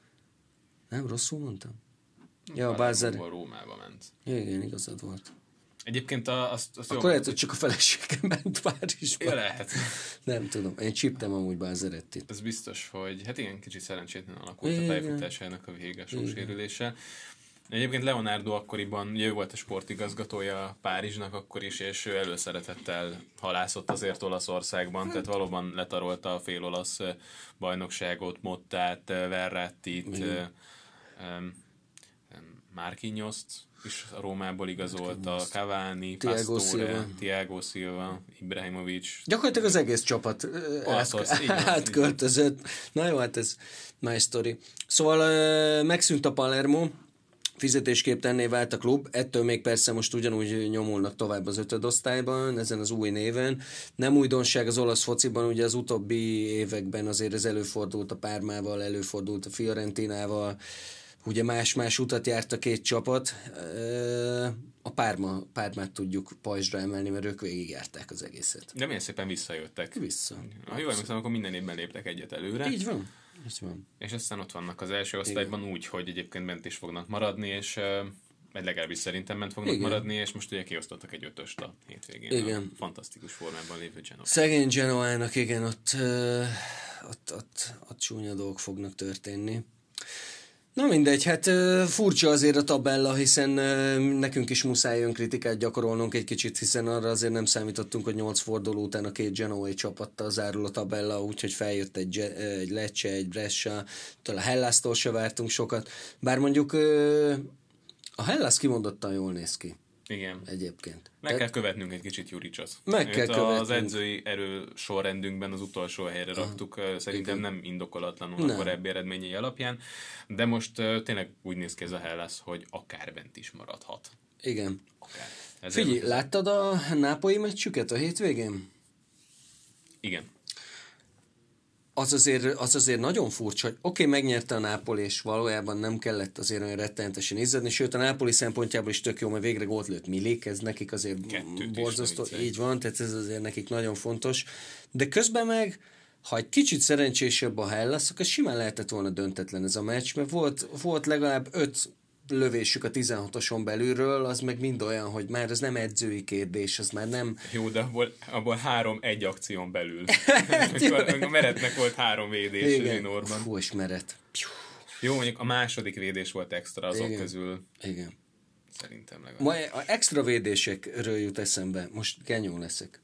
Nem, rosszul mondtam? Ja, a Bázzer. Rómába ment. Igen, igazad volt. Egyébként a, azt, azt akkor lehet, hogy csak a feleségem ment Párizsba. Ja, lehet. Nem tudom. Én csíptem amúgy Bázerettit. Ez biztos, hogy hát igen, kicsit szerencsétlen alakult a pályafutásának a vége, sok sérülése. Egyébként Leonardo akkoriban, ugye ő volt a sportigazgatója Párizsnak akkor is, és ő előszeretettel halászott azért Olaszországban, tehát valóban letarolta a fél olasz bajnokságot, Mottát, Verrattit, um, Marquinhos-t is a Rómából igazolta, Cavani, Thiago Pastore, Silva. Thiago Silva, Ibrahimovic. Gyakorlatilag az egész csapat Olaszország, át, így van, átköltözött. Na jó, hát ez más sztori. Szóval megszűnt a Palermo, fizetésképtelenné vált a klub, ettől még persze most ugyanúgy nyomulnak tovább az ötödosztályban, ezen az új néven. Nem újdonság az olasz fociban, ugye az utóbbi években azért ez előfordult a Parmával, előfordult a Fiorentinával, ugye más-más utat járt a két csapat. A Párma, Pármát tudjuk pajzsra emelni, mert ők végigjárták az egészet. De milyen szépen visszajöttek. Vissza. Ha jól emlékszem, akkor minden évben léptek egyet előre. Így van. Így van. És aztán ott vannak az első osztályban igen. Úgy, hogy egyébként bent is fognak maradni, és vagy legalábbis szerintem bent fognak igen. maradni, és most ugye kiosztottak egy ötöst a hétvégén. Igen. A fantasztikus formában lévő Genoa. Szegény Genoának, igen, ott, ott, ott, ott csúnya dolgok fognak történni. Na mindegy, hát furcsa azért a tabella, hiszen nekünk is muszáj önkritikát gyakorolnunk egy kicsit, hiszen arra azért nem számítottunk, hogy nyolc forduló után a két genoai csapattal zárul a tabella, úgyhogy feljött egy, egy Lecce, egy Brescia, a Hellásztól se vártunk sokat, bár mondjuk a Hellas kimondottan jól néz ki. Igen. Egyébként. Meg Te... kell követnünk egy kicsit Juricsot. Meg kell követnünk. Az edzői erő sorrendünkben az utolsó helyre ah, raktuk, szerintem igen. Nem indokolatlanul a korábbi eredményei alapján, de most uh, tényleg úgy néz ki ez a Hellas, hogy akár bent is maradhat. Igen. Akár. Figyelj, az... láttad a nápolyi meccsüket a hétvégén? Igen. Az azért, az azért nagyon furcsa, hogy oké, okay, megnyerte a Nápoli, és valójában nem kellett azért olyan rettenetesen izzadni, sőt a Nápoli szempontjából is tök jó, mert végre gólt lőtt Milik, ez nekik azért Kettőt borzasztó, így van, tehát ez azért nekik nagyon fontos. De közben meg, ha egy kicsit szerencsésebb a Hellas, akkor simán lehetett volna döntetlen ez a meccs, mert volt, volt legalább öt lövésük a tizenhatoson belülről, az meg mind olyan, hogy már az nem edzői kérdés, az már nem... Jó, de abból, abból három egy akción belül. A Meretnek volt három védés zsinórban. Hú, és Meret. Jó, mondjuk a második védés volt extra azok igen. közül. Igen. Szerintem legalább. Ma a extra védésekről jut eszembe. Most genyó leszek.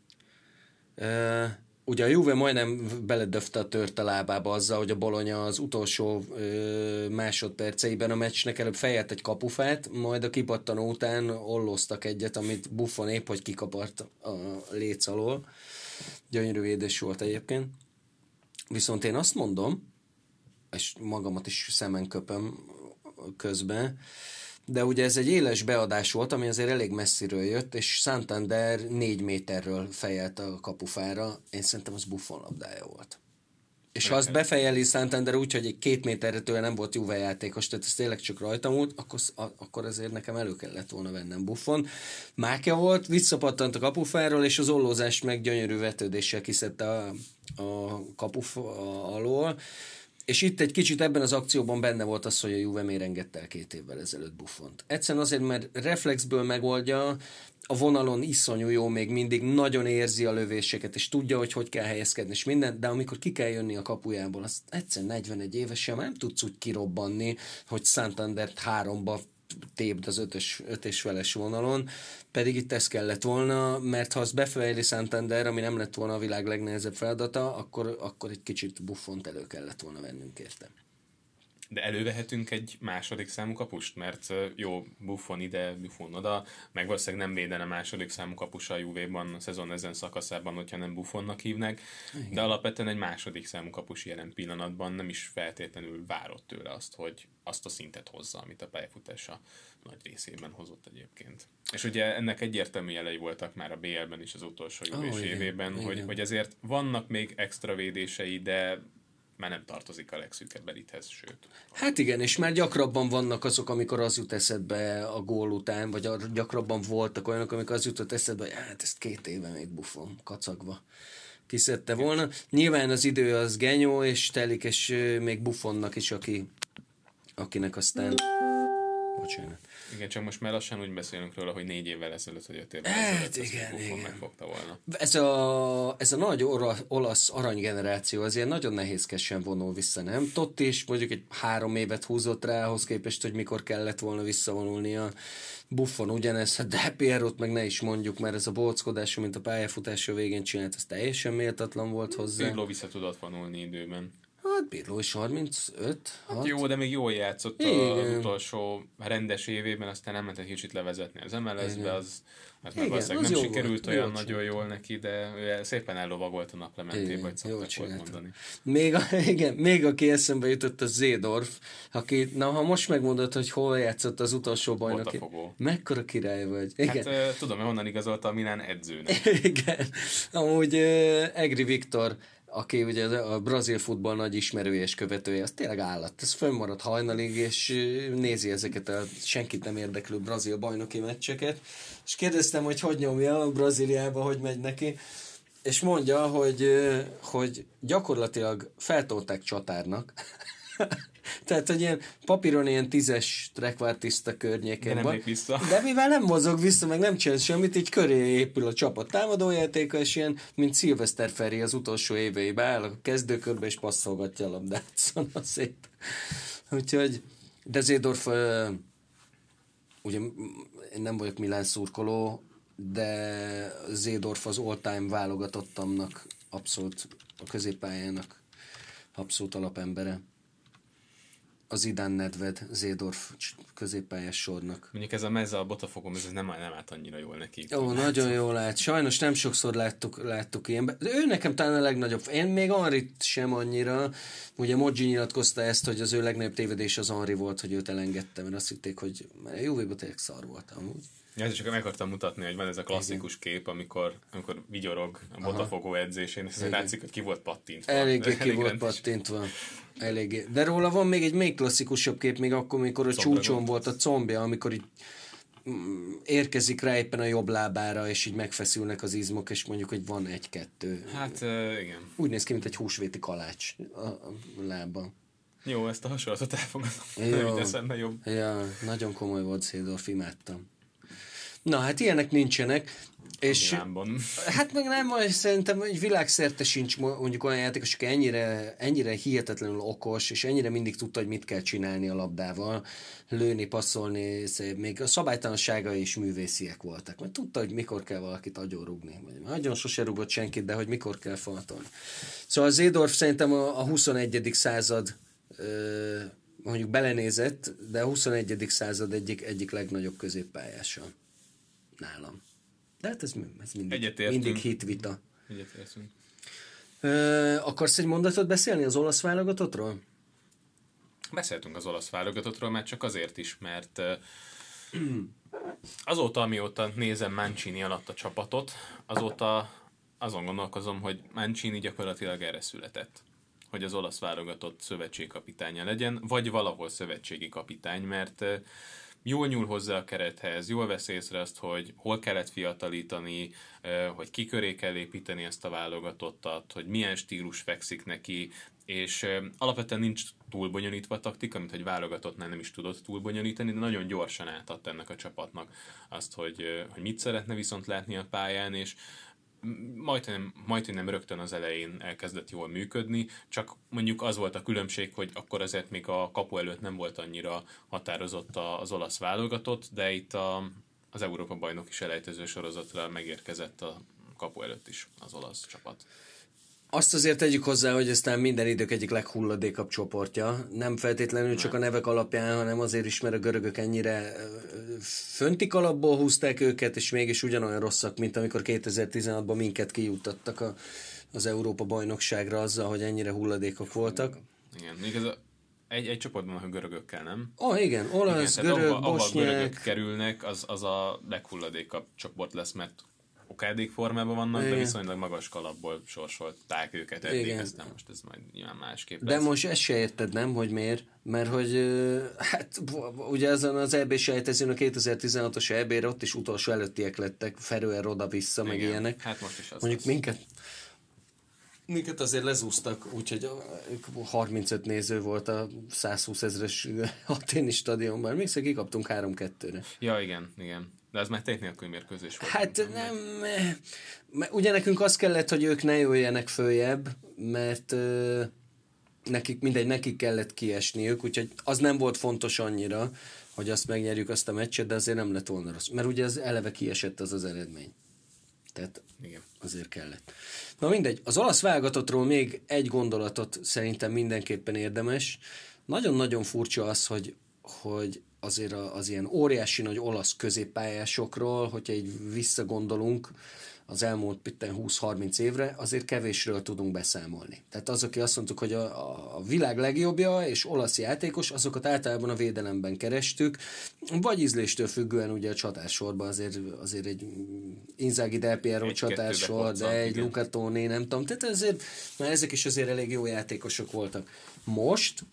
Uh, Ugye a Juve majdnem beledöfte a tört a lábába azzal, hogy a Bologna az utolsó ö, másodperceiben a meccsnek előbb fejelt egy kapufát, majd a kipattanó után olloztak egyet, amit Buffon épp, hogy kikapart a léc alól. Gyönyörű védés volt egyébként. Viszont én azt mondom, és magamat is szemen köpöm közben, de ugye ez egy éles beadás volt, ami azért elég messziről jött, és Santander négy méterről fejelt a kapufára. Én szerintem az Buffon labdája volt. És ha azt befejeli Santander úgy, hogy egy két méterre tőle nem volt Juve játékos, tehát ez tényleg csak rajta múlt, akkor, akkor azért nekem elő kellett volna vennem Buffon. Mákja volt, visszapattant a kapufáról, és az ollózást meg gyönyörű vetődéssel kiszedte a, a kapuf alól. És itt egy kicsit ebben az akcióban benne volt az, hogy a Juve miért engedte el két évvel ezelőtt Buffont. Egyszerűen azért, mert reflexből megoldja, a vonalon iszonyú jó, még mindig nagyon érzi a lövéseket, és tudja, hogy hogy kell helyezkedni, és minden, de amikor ki kell jönni a kapujából, azt egyszer negyvenegy évesen már nem tudsz úgy kirobbanni, hogy Santandert háromba tépd az ötös, ötös feles vonalon, pedig itt ez kellett volna, mert ha az befejeli Santander, ami nem lett volna a világ legnehezebb feladata, akkor, akkor egy kicsit Buffont elő kellett volna vennünk érte. De elővehetünk egy második számú kapust, mert jó, Buffon ide, Buffon oda, meg valószínűleg nem védene második számú kapusa a Juvéban a szezon ezen szakaszában, hogyha nem Buffonnak hívnak, de alapvetően egy második számú kapus jelen pillanatban nem is feltétlenül várott tőle azt, hogy azt a szintet hozza, amit a pályafutása nagy részében hozott egyébként. És ugye ennek egyértelmű jelei voltak már a bé el-ben is az utolsó Juvés oh, évében, igen, hogy, igen. hogy azért vannak még extra védései, de már nem tartozik a legszűkebb elithez, sőt. Hát igen, és már gyakrabban vannak azok, amikor az jut eszedbe a gól után, vagy gyakrabban voltak olyanok, amikor az jutott eszedbe, hogy hát ezt két éve még Buffon kacagva kiszedte volna. Nyilván az idő az genyó, és telik, és még Buffonnak is, aki, akinek aztán... Bocsánat. Igen, csak most már lassan úgy beszélünk róla, hogy négy évvel ezelőtt, hogy öt évvel hát, ezelőtt igen, Buffon igen. megfogta volna. Ez a, ez a nagy ora, olasz aranygeneráció azért nagyon nehézkesen vonul vissza, nem? Totti is mondjuk egy három évet húzott rá, ahhoz képest, hogy mikor kellett volna visszavonulnia. Buffon ugyanez, hát de Pierrot meg ne is mondjuk, mert ez a bóckodás, mint a pályafutása végén csinált, ez teljesen méltatlan volt hozzá. Pirlo vissza tudott vonulni időben. Hát Pirlo is harmincöt. Hát jó, de még jól játszott az utolsó rendes évében, aztán nem mentett kicsit levezetni az em el es-be, az, az meg valószínűleg nem sikerült volt, olyan jó nagyon jól neki, de szépen ellovagolt a naplementébe, hogy szoktak volt mondani. Még, a, igen, még aki eszembe jutott a Zédorf, aki, na ha most megmondod, hogy hol játszott az utolsó bajnoki. Mekkora király vagy. Igen. Hát tudom, hogy honnan igazolta a Milán edzőnek. Igen. Amúgy uh, Egri Viktor, aki ugye a brazil futball nagy ismerője és követője, az tényleg állat. Ez fönnmaradt hajnalig, és nézi ezeket a senkit nem érdeklő brazil bajnoki meccseket. És kérdeztem, hogy hogy nyomja a Brazíliába, hogy megy neki. És mondja, hogy, hogy gyakorlatilag feltolták csatárnak. Tehát, hogy ilyen papíron ilyen tízes trekvártiszta környéken de van. Nem vissza. De mivel nem mozog vissza, meg nem csinál semmit, így köré épül a csapat támadójátéka, és ilyen, mint Szilveszter Feri az utolsó éveiben áll a kezdőkörbe, és passzolgatja a labdát. Szóval szép. Úgyhogy, de Zédorf, ugye én nem vagyok Milán szurkoló, de Zédorf az all-time válogatottamnak abszolút a középpályának abszolút alapembere. Az Zidane, Nedved, Zédorf középpályás sornak. Mondjuk ez a mezze a Botafogom, ez nem, nem állt annyira jól neki. Ó, nagyon látszott. Jól lát. Sajnos nem sokszor láttuk, láttuk ilyenben. Ő nekem talán a legnagyobb. Én még Henryt sem annyira. Ugye Moggi nyilatkozta ezt, hogy az ő legnagyobb tévedés az Henry volt, hogy őt elengedte, mert azt hitték, hogy jó végül tényleg szar volt amúgy. Ja, csak meg akartam mutatni, hogy van ez a klasszikus igen. kép, amikor, amikor vigyorog a Botafogo edzésén, és látszik, hogy ki volt pattintva. Eléggé ki volt rendes. pattintva. Eléggé. De róla van még egy még klasszikusabb kép, még akkor, amikor a csúcson volt a combja, amikor így érkezik rá éppen a jobb lábára, és így megfeszülnek az izmok, és mondjuk, hogy van egy-kettő. Hát uh, igen. Úgy néz ki, mint egy húsvéti kalács a, a lábban. Jó, ezt a hasonlatot elfogadom. Nem jut eszembe jobb. Ja, nagyon komoly volt Zédorf, imádtam. Na, hát ilyenek nincsenek. És hát meg nem, szerintem hogy világszerte sincs mondjuk olyan játékos, aki ennyire, ennyire hihetetlenül okos, és ennyire mindig tudta, hogy mit kell csinálni a labdával, lőni, passzolni, szép. Még a szabálytalanságai is művésziek voltak, mert tudta, hogy mikor kell valakit agyonrugni. Nagyon sose rugott senkit, de hogy mikor kell faltolni. Szóval az Zédorf szerintem a, a huszonegyedik század mondjuk belenézett, de a huszonegyedik század egyik, egyik legnagyobb középpályása nálam. De hát ez, ez mindig, mindig hitvita. Egyetértünk. Ö, akarsz egy mondatot beszélni az olasz válogatottról? Beszéltünk az olasz válogatottról, már csak azért is, mert azóta, amióta nézem Mancini alatt a csapatot, azóta azon gondolkozom, hogy Mancini gyakorlatilag erre született, hogy az olasz válogatott szövetségkapitánya legyen, vagy valahol szövetségi kapitány, mert jól nyúl hozzá a kerethez, jól vesz észre azt, hogy hol kellett fiatalítani, hogy ki köré kell építeni ezt a válogatottat, hogy milyen stílus fekszik neki, és alapvetően nincs túl bonyolítva a taktika, mint hogy válogatottnál nem is tudott túl bonyolítani, de nagyon gyorsan átadta ennek a csapatnak azt, hogy, hogy mit szeretne viszont látni a pályán, és majdnem, majdnem rögtön az elején elkezdett jól működni, csak mondjuk az volt a különbség, hogy akkor azért még a kapu előtt nem volt annyira határozott az olasz válogatott, de itt a, az Európa-bajnoki selejtező sorozatra megérkezett a kapu előtt is az olasz csapat. Azt azért tegyük hozzá, hogy aztán minden idők egyik leghulladékabb csoportja. Nem feltétlenül csak a nevek alapján, hanem azért is, mert a görögök ennyire fönti kalapból húzták őket, és mégis ugyanolyan rosszak, mint amikor kétezer-tizenhatban minket kijuttattak a, az Európa-bajnokságra azzal, hogy ennyire hulladékok voltak. Igen, még ez a, egy, egy csoportban a görögökkel, nem? Ah, igen, olasz, igen, görög, ahova, bosnyák. Ahova a görögök kerülnek, az, az a leghulladékabb csoport lesz, mert okádék formában vannak, igen. De viszonylag magas kalapból sorsolták őket eddig, aztán most ez majd nyilván másképp De lesz. most ezt se érted, nem, hogy miért? Mert hogy hát ugye ezen az é bé-sejtezőn a kétezer-tizenhatos é bé-re ott is utolsó előttiek lettek, Ferőer oda-vissza, meg ilyenek. Hát most is az mondjuk az. minket minket azért lezúztak, úgyhogy harmincöt néző volt a százhúsz ezres aténi stadionban. Még szóval kikaptunk három kettőre. Ja, igen, igen. De az már tét nélkül mérkőzés volt. Hát nem, nem mert ugye nekünk az kellett, hogy ők ne jöjjenek följebb, mert euh, nekik, mindegy, nekik kellett kiesniük, úgyhogy az nem volt fontos annyira, hogy azt megnyerjük azt a meccset, de azért nem lett volna rossz. Mert ugye az eleve kiesett az az eredmény. Tehát igen. Azért kellett. Na mindegy, az olasz válogatottról még egy gondolatot szerintem mindenképpen érdemes. Nagyon-nagyon furcsa az, hogy, hogy azért az ilyen óriási nagy olasz középpályásokról, hogyha így visszagondolunk az elmúlt húsz-harminc évre, azért kevésről tudunk beszámolni. Tehát az, aki azt mondtuk, hogy a, a világ legjobbja és olasz játékos, azokat általában a védelemben kerestük, vagy ízléstől függően ugye a csatársorban azért, azért egy Inzaghi, Del Piero csatársor, de egy Luca Toni, nem tudom, tehát ezért, na ezek is azért elég jó játékosok voltak. Most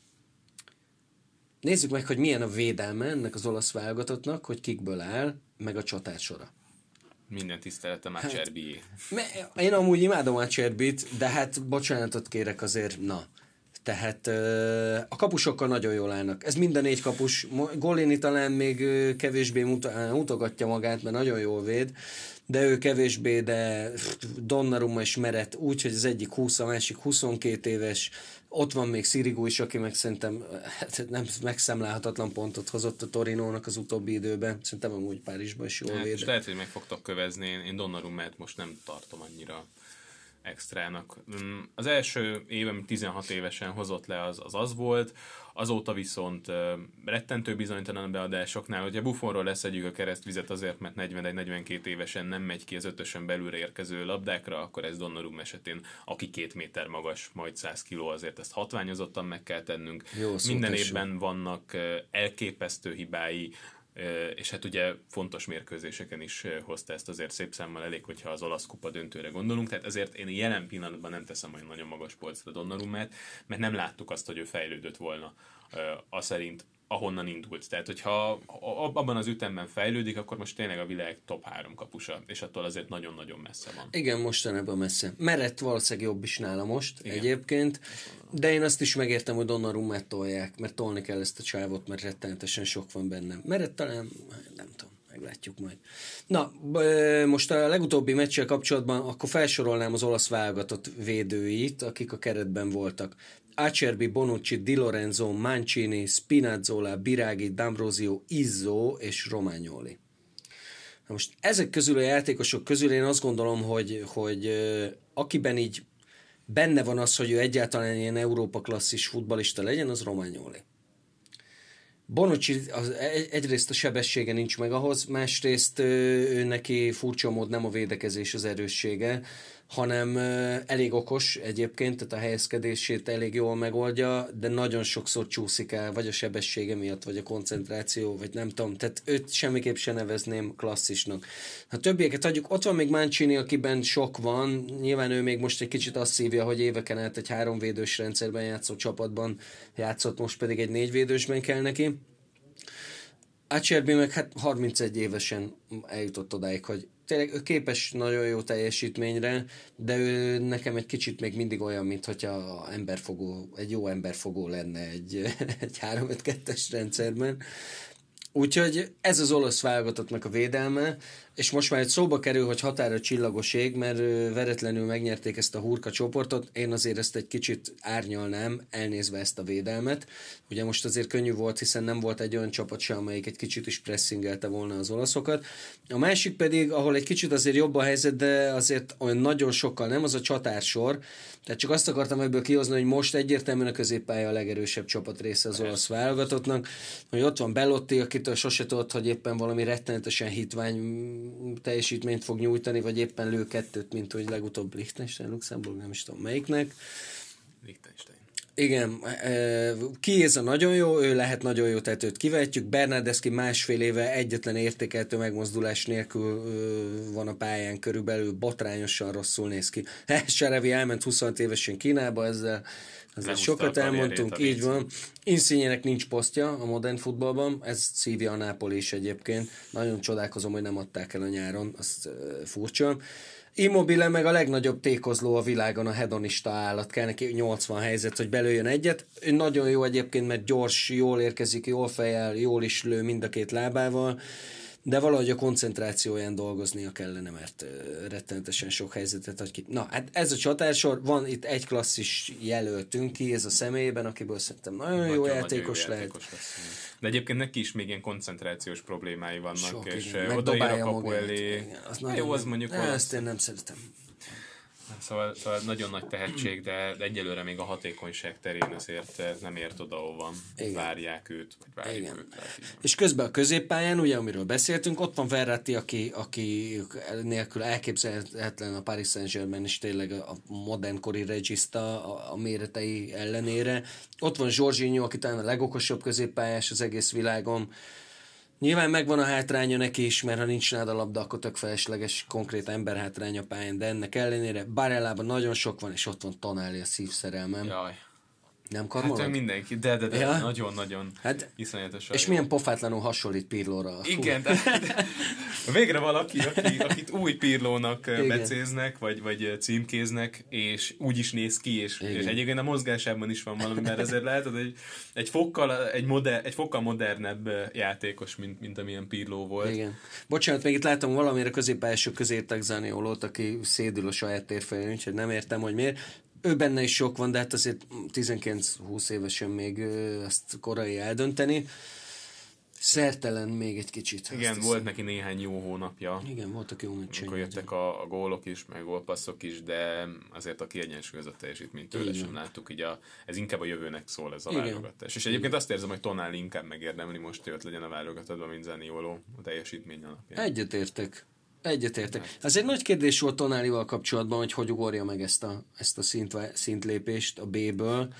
nézzük meg, hogy milyen a védelme ennek az olasz válogatottnak, hogy kikből áll, meg a csatársora. Minden tiszteletem Acerbié. Hát, én amúgy imádom Acerbit, de hát bocsánatot kérek azért, na. Tehát a kapusokkal nagyon jól állnak. Ez minden négy kapus. Golini talán még kevésbé mutogatja magát, mert nagyon jól véd, de ő kevésbé, de Donnarumma és Meret úgy, hogy az egyik húsz, a másik huszonkét éves. Ott van még Sirigu is, aki meg szerintem hát nem megszámlálhatatlan pontot hozott a Torinónak az utóbbi időben. Szerintem amúgy Párizsban is jól hát, véd. Lehet, hogy meg fogtok kövezni. Én, én Donnarummát most nem tartom annyira extrának. Az első évem tizenhat évesen hozott le, az az, az volt, azóta viszont uh, rettentő bizonytalan beadásoknál, hogyha Buffonról leszedjük a keresztvizet azért, mert negyvenegy-negyvenkét évesen nem megy ki az ötösen belülre érkező labdákra, akkor ez Donnarumma esetén, aki két méter magas, majd száz kiló, azért ezt hatványozottan meg kell tennünk. Jó, minden évben vannak uh, elképesztő hibái, és hát ugye fontos mérkőzéseken is hozta ezt azért szép számmal, elég, hogyha az olasz kupa döntőre gondolunk, tehát ezért én jelen pillanatban nem teszem olyan nagyon magas polcra Donnarummát, mert nem láttuk azt, hogy ő fejlődött volna az szerint, ahonnan indult. Tehát, hogyha abban az ütemben fejlődik, akkor most tényleg a világ top három kapusa, és attól azért nagyon-nagyon messze van. Igen, mostanában messze. Merett valószínűleg jobb is nála most, igen. Egyébként, de én azt is megértem, hogy Donnarummát tolják, mert tolni kell ezt a csávot, mert rettenetesen sok van bennem. Merett talán, nem tudom, meglátjuk majd. Na, most a legutóbbi meccsel kapcsolatban akkor felsorolnám az olasz válogatott védőit, akik a keretben voltak. Acerbi, Bonucci, Di Lorenzo, Mancini, Spinazzola, Biraghi, D'Ambrosio, Izzo és Romagnoli. Na most ezek közül a játékosok közül én azt gondolom, hogy, hogy uh, akiben így benne van az, hogy ő egyáltalán ilyen Európa klasszis futballista legyen, az Romagnoli. Bonucci az, egyrészt a sebessége nincs meg ahhoz, másrészt ő neki furcsa mód nem a védekezés az erőssége, hanem elég okos egyébként, tehát a helyezkedését elég jól megoldja, de nagyon sokszor csúszik el, vagy a sebessége miatt, vagy a koncentráció, vagy nem tudom, tehát őt semmiképp se nevezném klasszisnak. Ha többieket adjuk, ott van még Mancini, akiben sok van, nyilván ő még most egy kicsit azt szívja, hogy éveken át egy háromvédős rendszerben játszó csapatban játszott, most pedig egy négyvédősben kell neki. Acerbi meg hát harmincegy évesen eljutott odáig, hogy tényleg ő képes nagyon jó teljesítményre, de ő nekem egy kicsit még mindig olyan, mint hogyha emberfogó, egy jó emberfogó lenne egy, egy három öt kettes rendszerben. Úgyhogy ez az olasz válogatottnak a védelme, és most már egy szóba kerül, hogy határa csillagos ég, mert veretlenül megnyerték ezt a hurka csoportot, én azért ezt egy kicsit árnyalnám, elnézve ezt a védelmet. Ugye most azért könnyű volt, hiszen nem volt egy olyan csapat se, amelyik egy kicsit is pressingelte volna az olaszokat. A másik pedig, ahol egy kicsit azért jobb a helyzet, de azért olyan nagyon sokkal nem, az a csatársor. Tehát csak azt akartam ebből kihozni, hogy most egyértelműen a középpálya a legerősebb csapat része az olasz válogatottnak, hogy ott van Belotti, akitől sose tudott, hogy éppen valami rettenetesen hitvány teljesítményt fog nyújtani, vagy éppen lő kettőt, mint hogy legutóbb Liechtenstein, Luxemburg, nem is tudom melyiknek. Liechtenstein. Igen, Chiesa nagyon jó, ő lehet nagyon jó, tehát őt kivetjük. Bernardeschi másfél éve egyetlen értékeltő megmozdulás nélkül van a pályán körülbelül, botrányosan rosszul néz ki. Serevi elment huszonhat évesen Kínába, ezzel, ezzel sokat elmondtunk, így van. Insignének nincs posztja a modern futballban, ez szívja a Napoli is egyébként. Nagyon csodálkozom, hogy nem adták el a nyáron, az furcsa. Immobile meg a legnagyobb tékozló a világon, a hedonista állat, kell neki nyolcvan helyzet, hogy belőjön egyet. Ő nagyon jó egyébként, mert gyors, jól érkezik, jól fejel, jól is lő mind a két lábával, de valahogy a koncentrációján dolgoznia kellene, mert rettenetesen sok helyzetet hagy ki. Na, hát ez a csatársor, van itt egy klasszis jelöltünk ki, ez a személyében, akiből szerintem nagyon, nagyon jó játékos lehet. Játékos lesz. De egyébként neki is még ilyen koncentrációs problémái vannak, sok, és igen. odaír a kapu elé. Igen, az jó, az mondjuk... Ne, ezt én nem szeretem. Szóval, szóval nagyon nagy tehetség, de egyelőre még a hatékonyság terén azért nem ért oda, ahova várják őt, vagy várják Igen. őt. És közben a középpályán, ugye, amiről beszéltünk, ott van Verratti, aki, aki nélkül elképzelhetetlen a Paris Saint-Germain, és tényleg a modernkori regista a, a méretei ellenére. Ott van Jorginho, aki talán a legokosabb középpályás az egész világon. Nyilván megvan a hátránya neki is, mert ha nincs nálad a labda, akkor tök felesleges konkrét ember hátránya pályán, de ennek ellenére Barellában nagyon sok van, és ott van Tonali, a szívszerelmem. Jaj. Nem karmolod? Hát mindenki, de, de, de ja? nagyon-nagyon hát, iszonyatosan. És jó. Milyen pofátlanul hasonlít Pirlóra. Igen, de, de végre valaki, aki, akit új Pirlónak igen. becéznek, vagy, vagy címkéznek, és úgy is néz ki, és, és egyébként a mozgásában is van valami, mert ezért lehet, hogy egy, egy, fokkal, egy, moder, egy fokkal modernebb játékos, mint, mint amilyen Pirló volt. Igen. Bocsánat, még itt látom valamire középpályások közé értek Zaniolót, aki szédül a saját térfelén, úgyhogy nem értem, hogy miért. Ő benne is sok van, de hát azért tizenkilenc-húsz évesen még azt korai eldönteni. Szertelen még egy kicsit. Igen, volt neki néhány jó hónapja. Igen, voltak jó meccsei. Amikor jöttek a, a gólok is, meg gólpasszok is, de azért a kiegyensúlyozott teljesítményt tőle sem láttuk. Így a, ez inkább a jövőnek szól ez a igen. válogatás. És egyébként azt érzem, hogy Tonali inkább megérdemli most, hogy ott legyen a válogatásban, mint Zanioló a teljesítmény alapján. Egyetértek. Egyetértek. Ez egy nagy kérdés volt Tonálival kapcsolatban, hogy hogy ugorja meg ezt a, ezt a szint, szintlépést a B-ből,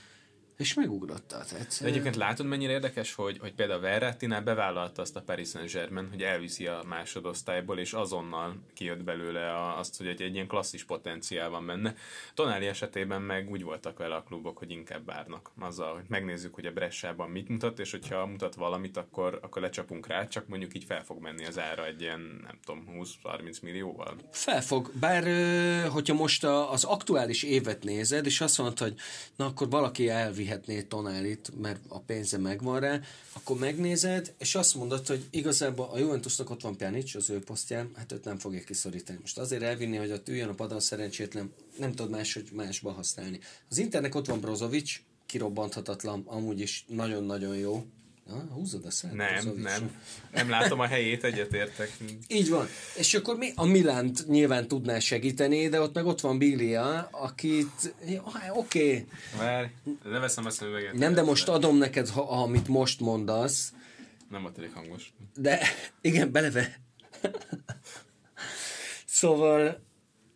és megugrotta. Tehát, egyébként látod, mennyire érdekes, hogy, hogy például Verrattinál bevállalta azt a Paris Saint-Germain, hogy elviszi a másodosztályból, és azonnal kijött belőle azt, hogy egy, egy ilyen klasszis potenciál van benne. Tonali esetében meg úgy voltak vele a klubok, hogy inkább várnak azzal, hogy megnézzük, hogy a Bressában mit mutat, és hogyha mutat valamit, akkor, akkor lecsapunk rá, csak mondjuk így fel fog menni az ára egy ilyen, nem tudom, húsz-harminc millióval. Fel fog, bár hogyha most az aktuális évet nézed, és azt mondod, hogy na akkor valaki elvi vihetné Tonálit, mert a pénze megvan rá, akkor megnézed, és azt mondod, hogy igazából a Juventusnak ott van Pjanic az ő posztján, hát őt nem fogja kiszorítani. Most azért elvinni, hogy ott üljön a padon szerencsétlen, nem tudod máshogy másba használni. Az Internek ott van Brozovic, kirobbanthatatlan, amúgy is nagyon-nagyon jó. Na, húzod a szert? Nem, Brozovic. nem. Nem látom a helyét, egyetértek. Így van. És akkor mi? A Milánt nyilván tudná segíteni, de ott meg ott van Biglia, akit... Oké. Okay. Várj, ne veszem a szemüveget. Nem, de most adom neked, ha, amit most mondasz. Nem volt elég hangos. De igen, beleve. Szóval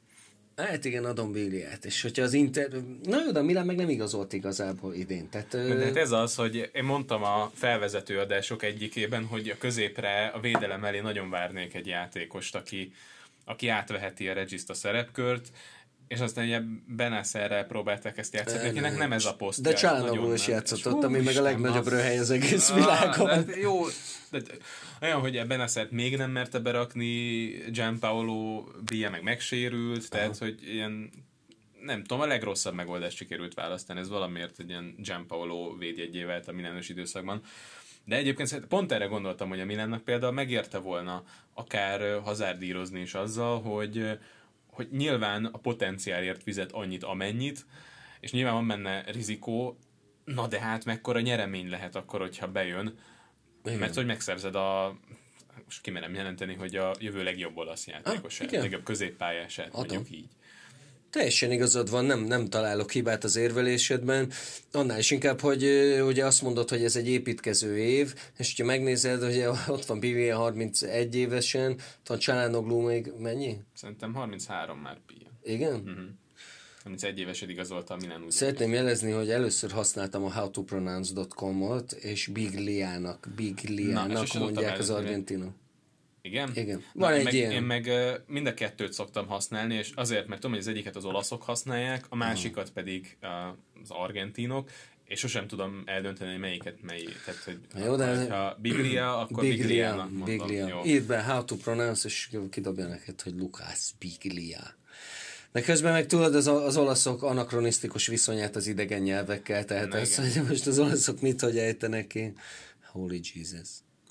Hát igen, adom Bigliát, és hogyha az Inter... Na jó, de a Milán meg nem igazolt igazából idén. Tehát, de hát ez az, hogy én mondtam a felvezető adások egyikében, hogy a középre, a védelem elé nagyon várnék egy játékost, aki, aki átveheti a Regiszt szerepkört, és aztán ugye Benacerrel próbálták ezt játszani, akinek nem ez a posztja. De Csálanoglu is játszott ott, ami meg a legnagyobb röhely az egész világon. Ah, de jó, de olyan, hogy Benacert még nem merte berakni, Gianpaolo Bia meg megsérült, tehát, aha, hogy ilyen, nem tudom, a legrosszabb megoldást sikerült választani, ez valamiért egy ilyen Gianpaolo védjegyé vált a Milános időszakban. De egyébként pont erre gondoltam, hogy a Milánnak például megérte volna akár hazárdírozni is azzal, hogy hogy nyilván a potenciálért fizet annyit, amennyit, és nyilván van benne rizikó, na de hát mekkora nyeremény lehet akkor, hogyha bejön, igen, mert hogy megszerzed a, most kimerem jelenteni, hogy a jövő legjobb olasz játékosát, ah, legjobb középpályását, mondjuk így. Teljesen igazad van, nem, nem találok hibát az érvelésedben, annál is inkább, hogy ugye azt mondod, hogy ez egy építkező év, és hogyha megnézed, hogy ott van Bivia harmincegy évesen, van Csálanoglu még mennyi? Szerintem harminchárom már Pia. Igen? Uh-huh. harmincegy évesen igazolta a Milán. Szeretném jelezni, hogy először használtam a how to pronounce dot com-ot, és Bigliának, Bigliának mondják az argentinok. Igen? Igen. Van Na, egy meg, ilyen. Én meg mind a kettőt szoktam használni, és azért, mert tudom, hogy az egyiket az olaszok használják, a másikat pedig az argentinok, és sosem tudom eldönteni, hogy melyiket melyik. Tehát, hogy jó, de ha Biglia, akkor Biglia, Bigliának mondom. Biglia. Írd be how to pronounce, és kidobja neked, hogy Lucas Biglia. De közben meg tudod az, az olaszok anakronisztikus viszonyát az idegen nyelvekkel, tehát ez, hogy most az olaszok mit, hogy ejtenek ki. Holy Jesus.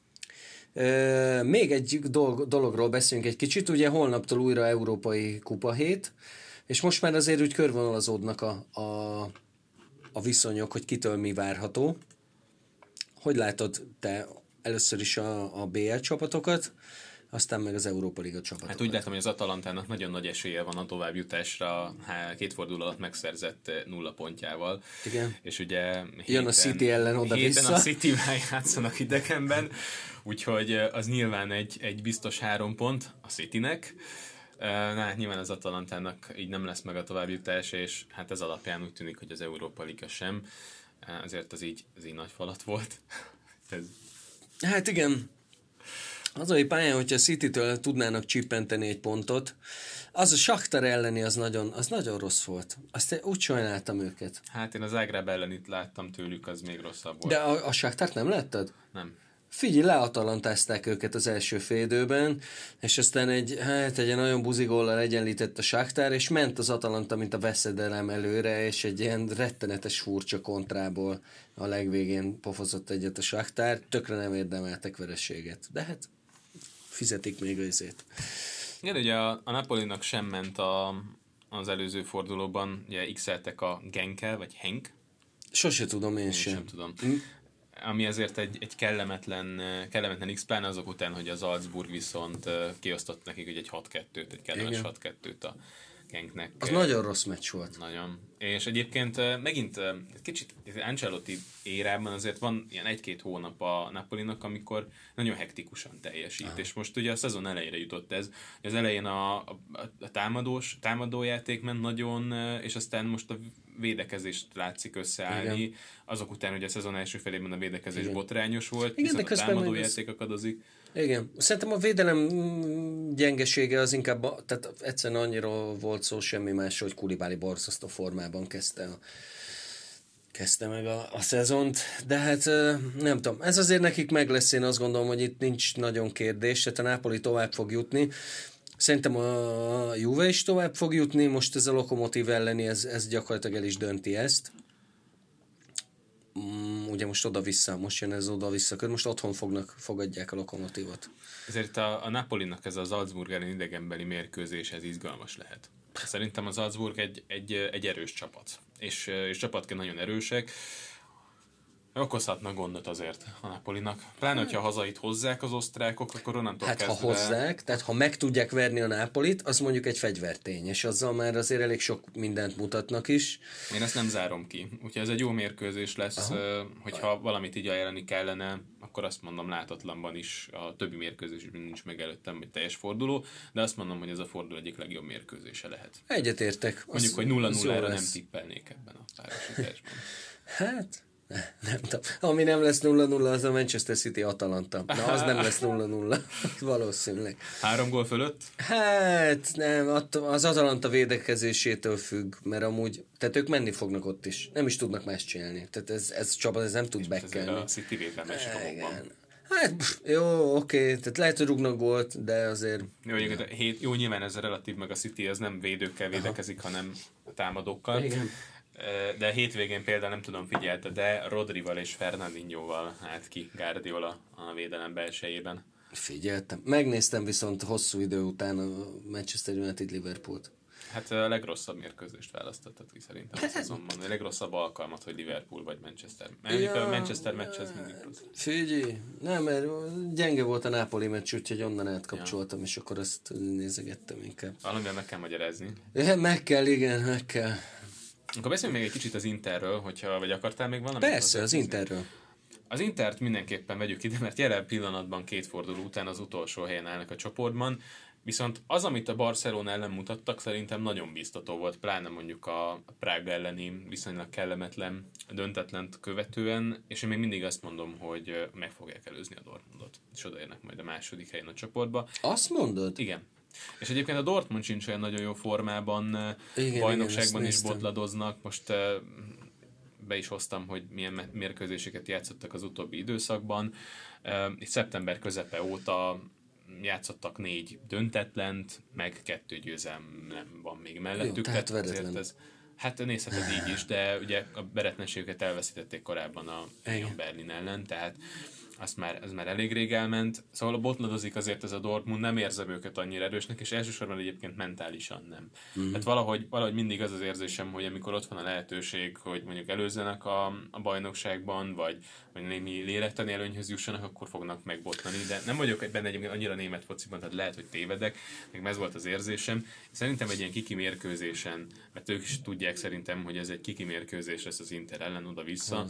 Uh, még egy dolog, dologról beszélünk egy kicsit, ugye holnaptól újra Európai Kupa hét, és most már azért úgy körvonalazódnak a, a, a viszonyok, hogy kitől mi várható. Hogy látod te először is a, a bé el csapatokat, aztán meg az Európa Liga csapatokat? Hát úgy látom, hogy az Atalantának nagyon nagy esélye van a továbbjutásra két forduló alatt megszerzett nulla pontjával. Igen. És ugye héten, jön a City ellen oda-vissza. Héten a Cityvel játszanak idegenben, úgyhogy az nyilván egy, egy biztos három pont a Citynek. Na, nyilván az Atalantának így nem lesz meg a továbbjutás, és hát ez alapján úgy tűnik, hogy az Európa Liga sem. Azért az így, az így nagy falat volt. ez... Hát igen. Hazai pályán, hogyha a City-től tudnának csippenteni egy pontot, az a Shakhtar elleni az nagyon, az nagyon rossz volt. Azt úgy sajnáltam őket. Hát én az Zágráb ellenit láttam tőlük, az még rosszabb volt. De a, a Shakhtart nem láttad? Nem. Figyelj, leatalantázták őket az első félidőben, és aztán egy, hát egy nagyon buzigóllal egyenlített a Shakhtar, és ment az Atalanta, mint a veszedelem előre, és egy ilyen rettenetes furcsa kontrából a legvégén pofozott egyet a Shakhtar. Tökre nem érdemeltek vereséget. De hát fizetik még őzét. Igen, ugye a, a Napolinak sem ment a, az előző fordulóban, ugye x-eltek a Genkel, vagy Henk. Sose tudom én, én sem. sem tudom. Mm. Ami azért egy, egy kellemetlen, kellemetlen X, pláne azok után, hogy az Salzburg viszont kiosztott nekik egy hat kettőt, egy kellemes hat kettőt a Genknek. Az nagyon rossz meccs volt. Nagyon. És egyébként megint egy kicsit Ancelotti érában azért van ilyen egy-két hónap a Napolinak, amikor nagyon hektikusan teljesít. Aha. És most ugye a szezon elejére jutott ez. Az elején a, a, a támadós, támadójáték ment nagyon, és aztán most a védekezést látszik összeállni. Igen. Azok után, hogy a szezon első felében a védekezés igen. botrányos volt, igen, viszont a támadójáték az... akadozik. Igen. Szerintem a védelem gyengesége az inkább, tehát egyszerűen annyira volt szó, semmi más, hogy Koulibaly borzasztó formában kezdte, a, kezdte meg a, a szezont, de hát nem tudom, ez azért nekik meg lesz, én azt gondolom, hogy itt nincs nagyon kérdés, tehát a Napoli tovább fog jutni. Szerintem a Juve is tovább fog jutni, most ez a Lokomotív elleni, ez, ez gyakorlatilag el is dönti ezt. Mm, ugye most oda-vissza, most jön ez oda-vissza, most otthon fognak, fogadják a Lokomotívot. Ezért a, a Napolinak ez az Salzburg ellen idegenbeli mérkőzés, ez izgalmas lehet. Szerintem az Salzburg egy, egy, egy erős csapat, és, és csapatként nagyon erősek. Okozhatnak gondot azért a Napolinak. Pláne, hogyha hazait hozzák az osztrákok, akkor onnantól hát, kezdve... ha hozzák, tehát ha meg tudják verni a Nápolit, az mondjuk egy fegyvertény, és azzal már azért elég sok mindent mutatnak is. Én ezt nem zárom ki. Úgyhogy ez egy jó mérkőzés lesz, aha. hogyha valamit így ajánlani kellene, akkor azt mondom, látatlanban is a többi mérkőzésben nincs meg előttem egy teljes forduló, de azt mondom, hogy ez a forduló egyik legjobb mérkőzése lehet. Egyetértek. Mondjuk, hogy nulla nullára nem tippelnék ebben a párosításban. Hát, nem tudom. Ami nem lesz nulla nulla, az a Manchester City Atalanta. Na, az nem lesz nulla nulla. Valószínűleg. Három gól fölött? Hát, nem, az Atalanta védekezésétől függ, mert amúgy, tehát ők menni fognak ott is. Nem is tudnak más csinálni. Tehát ez, ez csapat, ez nem tud bekkelni. A City védelmes romokban. Hát, pff, jó, oké, tehát lehet, hogy rúgnak gólt, de azért... Jó, ja. hét, jó, nyilván ez a relatív, meg a City az nem védőkkel védekezik, aha, hanem támadókkal. Igen. De hétvégén például nem tudom, figyelte, de Rodrival és Fernandinhoval állt ki Guardiola a védelem belsejében. Figyeltem. Megnéztem viszont hosszú idő után a Manchester United Liverpoolt. Hát a legrosszabb mérkőzést választottad ki szerintem a szezonban. A legrosszabb alkalmat, hogy Liverpool vagy Manchester. Ja, a Manchester meccs az mindig rossz. Figyelj, nem, mert gyenge volt a Napoli meccs, úgyhogy onnan átkapcsoltam, ja, és akkor azt nézegettem inkább. Valamivel meg kell magyarázni. Ja, meg kell, igen, meg kell. Akkor beszéljünk még egy kicsit az Interről, hogyha, vagy akartál még valamit? Persze, az Interről. Az Intert mindenképpen vegyük ide, mert jelen pillanatban két forduló után az utolsó helyen állnak a csoportban, viszont az, amit a Barcelona ellen mutattak, szerintem nagyon biztató volt, pláne mondjuk a Prága elleni viszonylag kellemetlen döntetlent követően, és én még mindig azt mondom, hogy meg fogják előzni a Dortmundot, és odaérnek majd a második helyen a csoportba. Azt mondod? Igen. És egyébként a Dortmund sincs olyan nagyon jó formában, igen, bajnokságban igen, is botladoznak, most be is hoztam, hogy milyen mérkőzéseket játszottak az utóbbi időszakban. Itt szeptember közepe óta játszottak négy döntetlent, meg kettő győzelem van még mellettük. Jó, tehát veretlen. Ez, hát nézheted így is, de ugye a veretlenségüket elveszítették korábban a Union Berlin ellen, tehát azt már, ez már elég rég elment. Szóval a botladozik azért ez a Dortmund, nem érzem őket annyira erősnek, és elsősorban egyébként mentálisan nem. Mm. Tehát valahogy, valahogy mindig az az érzésem, hogy amikor ott van a lehetőség, hogy mondjuk előzzenek a, a bajnokságban, vagy, vagy némi lélektani előnyhöz jussanak, akkor fognak megbotlani. De nem vagyok benne egyébként annyira német fociban, tehát lehet, hogy tévedek, meg ez volt az érzésem. Szerintem egy ilyen kiki mérkőzésen, mert ők is tudják szerintem, hogy ez egy kiki mérkőzés lesz az Inter ellen oda-vissza.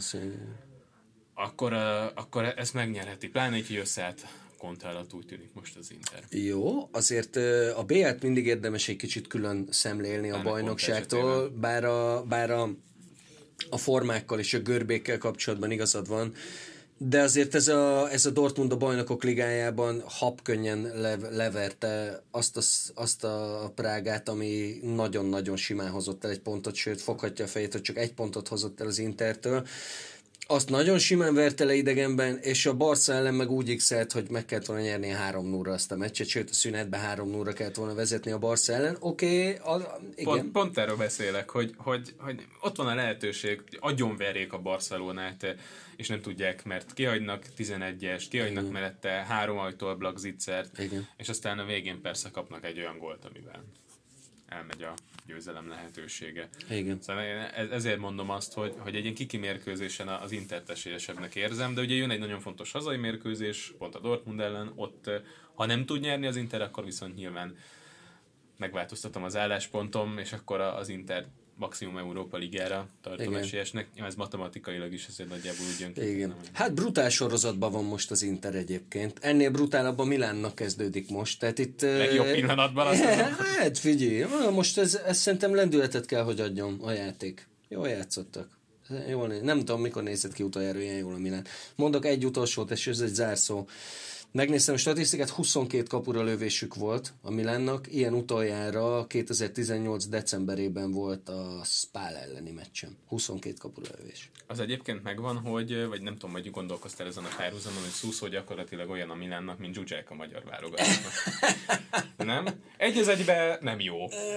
Akkor, uh, akkor ezt megnyerheti. Pláne így, hogy összeállt kontrálat, úgy tűnik most az Inter. Jó, azért uh, a bé el-t mindig érdemes egy kicsit külön szemlélni a bajnokságtól, bár, a, bár a, a formákkal és a görbékkel kapcsolatban igazad van, de azért ez a, ez a Dortmund a Bajnokok Ligájában habkönnyen le, leverte azt a, azt a Prágát, ami nagyon-nagyon simán hozott el egy pontot, sőt foghatja a fejét, hogy csak egy pontot hozott el az Intertől. Azt nagyon simán verte le idegenben, és a Barca ellen meg úgy x-elt, hogy meg kellett volna nyerni három nullra azt a meccset, sőt a szünetben három nullra kellett volna vezetni a Barca ellen. Oké, okay, igen. Pont, pont erről beszélek, hogy, hogy, hogy ott van a lehetőség, hogy agyonverjék a Barcelonát, és nem tudják, mert kihagynak tizenegyest, kihagynak igen. mellette három ajtóablak zicsert, és aztán a végén persze kapnak egy olyan gólt, amivel elmegy a győzelem lehetősége. Igen. Szóval ezért mondom azt, hogy, hogy egy ilyen kiki mérkőzésen az Intert esélyesebbnek érzem, de ugye jön egy nagyon fontos hazai mérkőzés, pont a Dortmund ellen, ott ha nem tud nyerni az Inter, akkor viszont nyilván megváltoztatom az álláspontom, és akkor az Inter maximum Európa Ligára tartom esélyesnek. Ez matematikailag is azért nagyjából úgy jön ki. Igen. Hát brutál sorozatban van most az Inter egyébként. Ennél brutálabb a Milánnak kezdődik most. Tehát itt... Legjobb pillanatban azt mondom. Hát figyelj, most ez, ez szerintem lendületet kell, hogy adjon a játék. Jól játszottak. Jól, nem tudom, mikor nézett ki utoljára ilyen jól a Milán. Mondok egy utolsót, és ez egy zárszó. Megnéztem a statisztikát, huszonkét kapura lövésük volt a Milánnak, ilyen utoljára kétezer-tizennyolc decemberében volt a Spal elleni meccsen. huszonkét kapura lövés. Az egyébként megvan, hogy, vagy nem tudom, hogy gondolkoztál ezen a párhuzamon, hogy Suso gyakorlatilag olyan a Milánnak, mint Zsuzsák a magyar válogatottnak. Nem? Egy az egybe nem jó.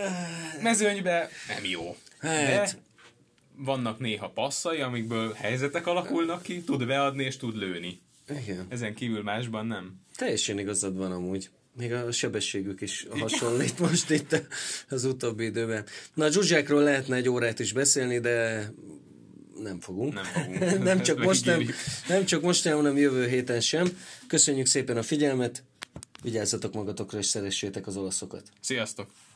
Mezőnybe nem jó. De vannak néha passzai, amikből helyzetek alakulnak ki, tud beadni és tud lőni. Igen. Ezen kívül másban nem. Teljesen igazad van amúgy. Még a sebességük is hasonlít most itt az utóbbi időben. Na, a Zsuzsákról lehetne egy órát is beszélni, de nem fogunk. Nem fogunk. nem, csak most nem, nem csak most nem, hanem jövő héten sem. Köszönjük szépen a figyelmet, vigyázzatok magatokra és szeressétek az olaszokat. Sziasztok!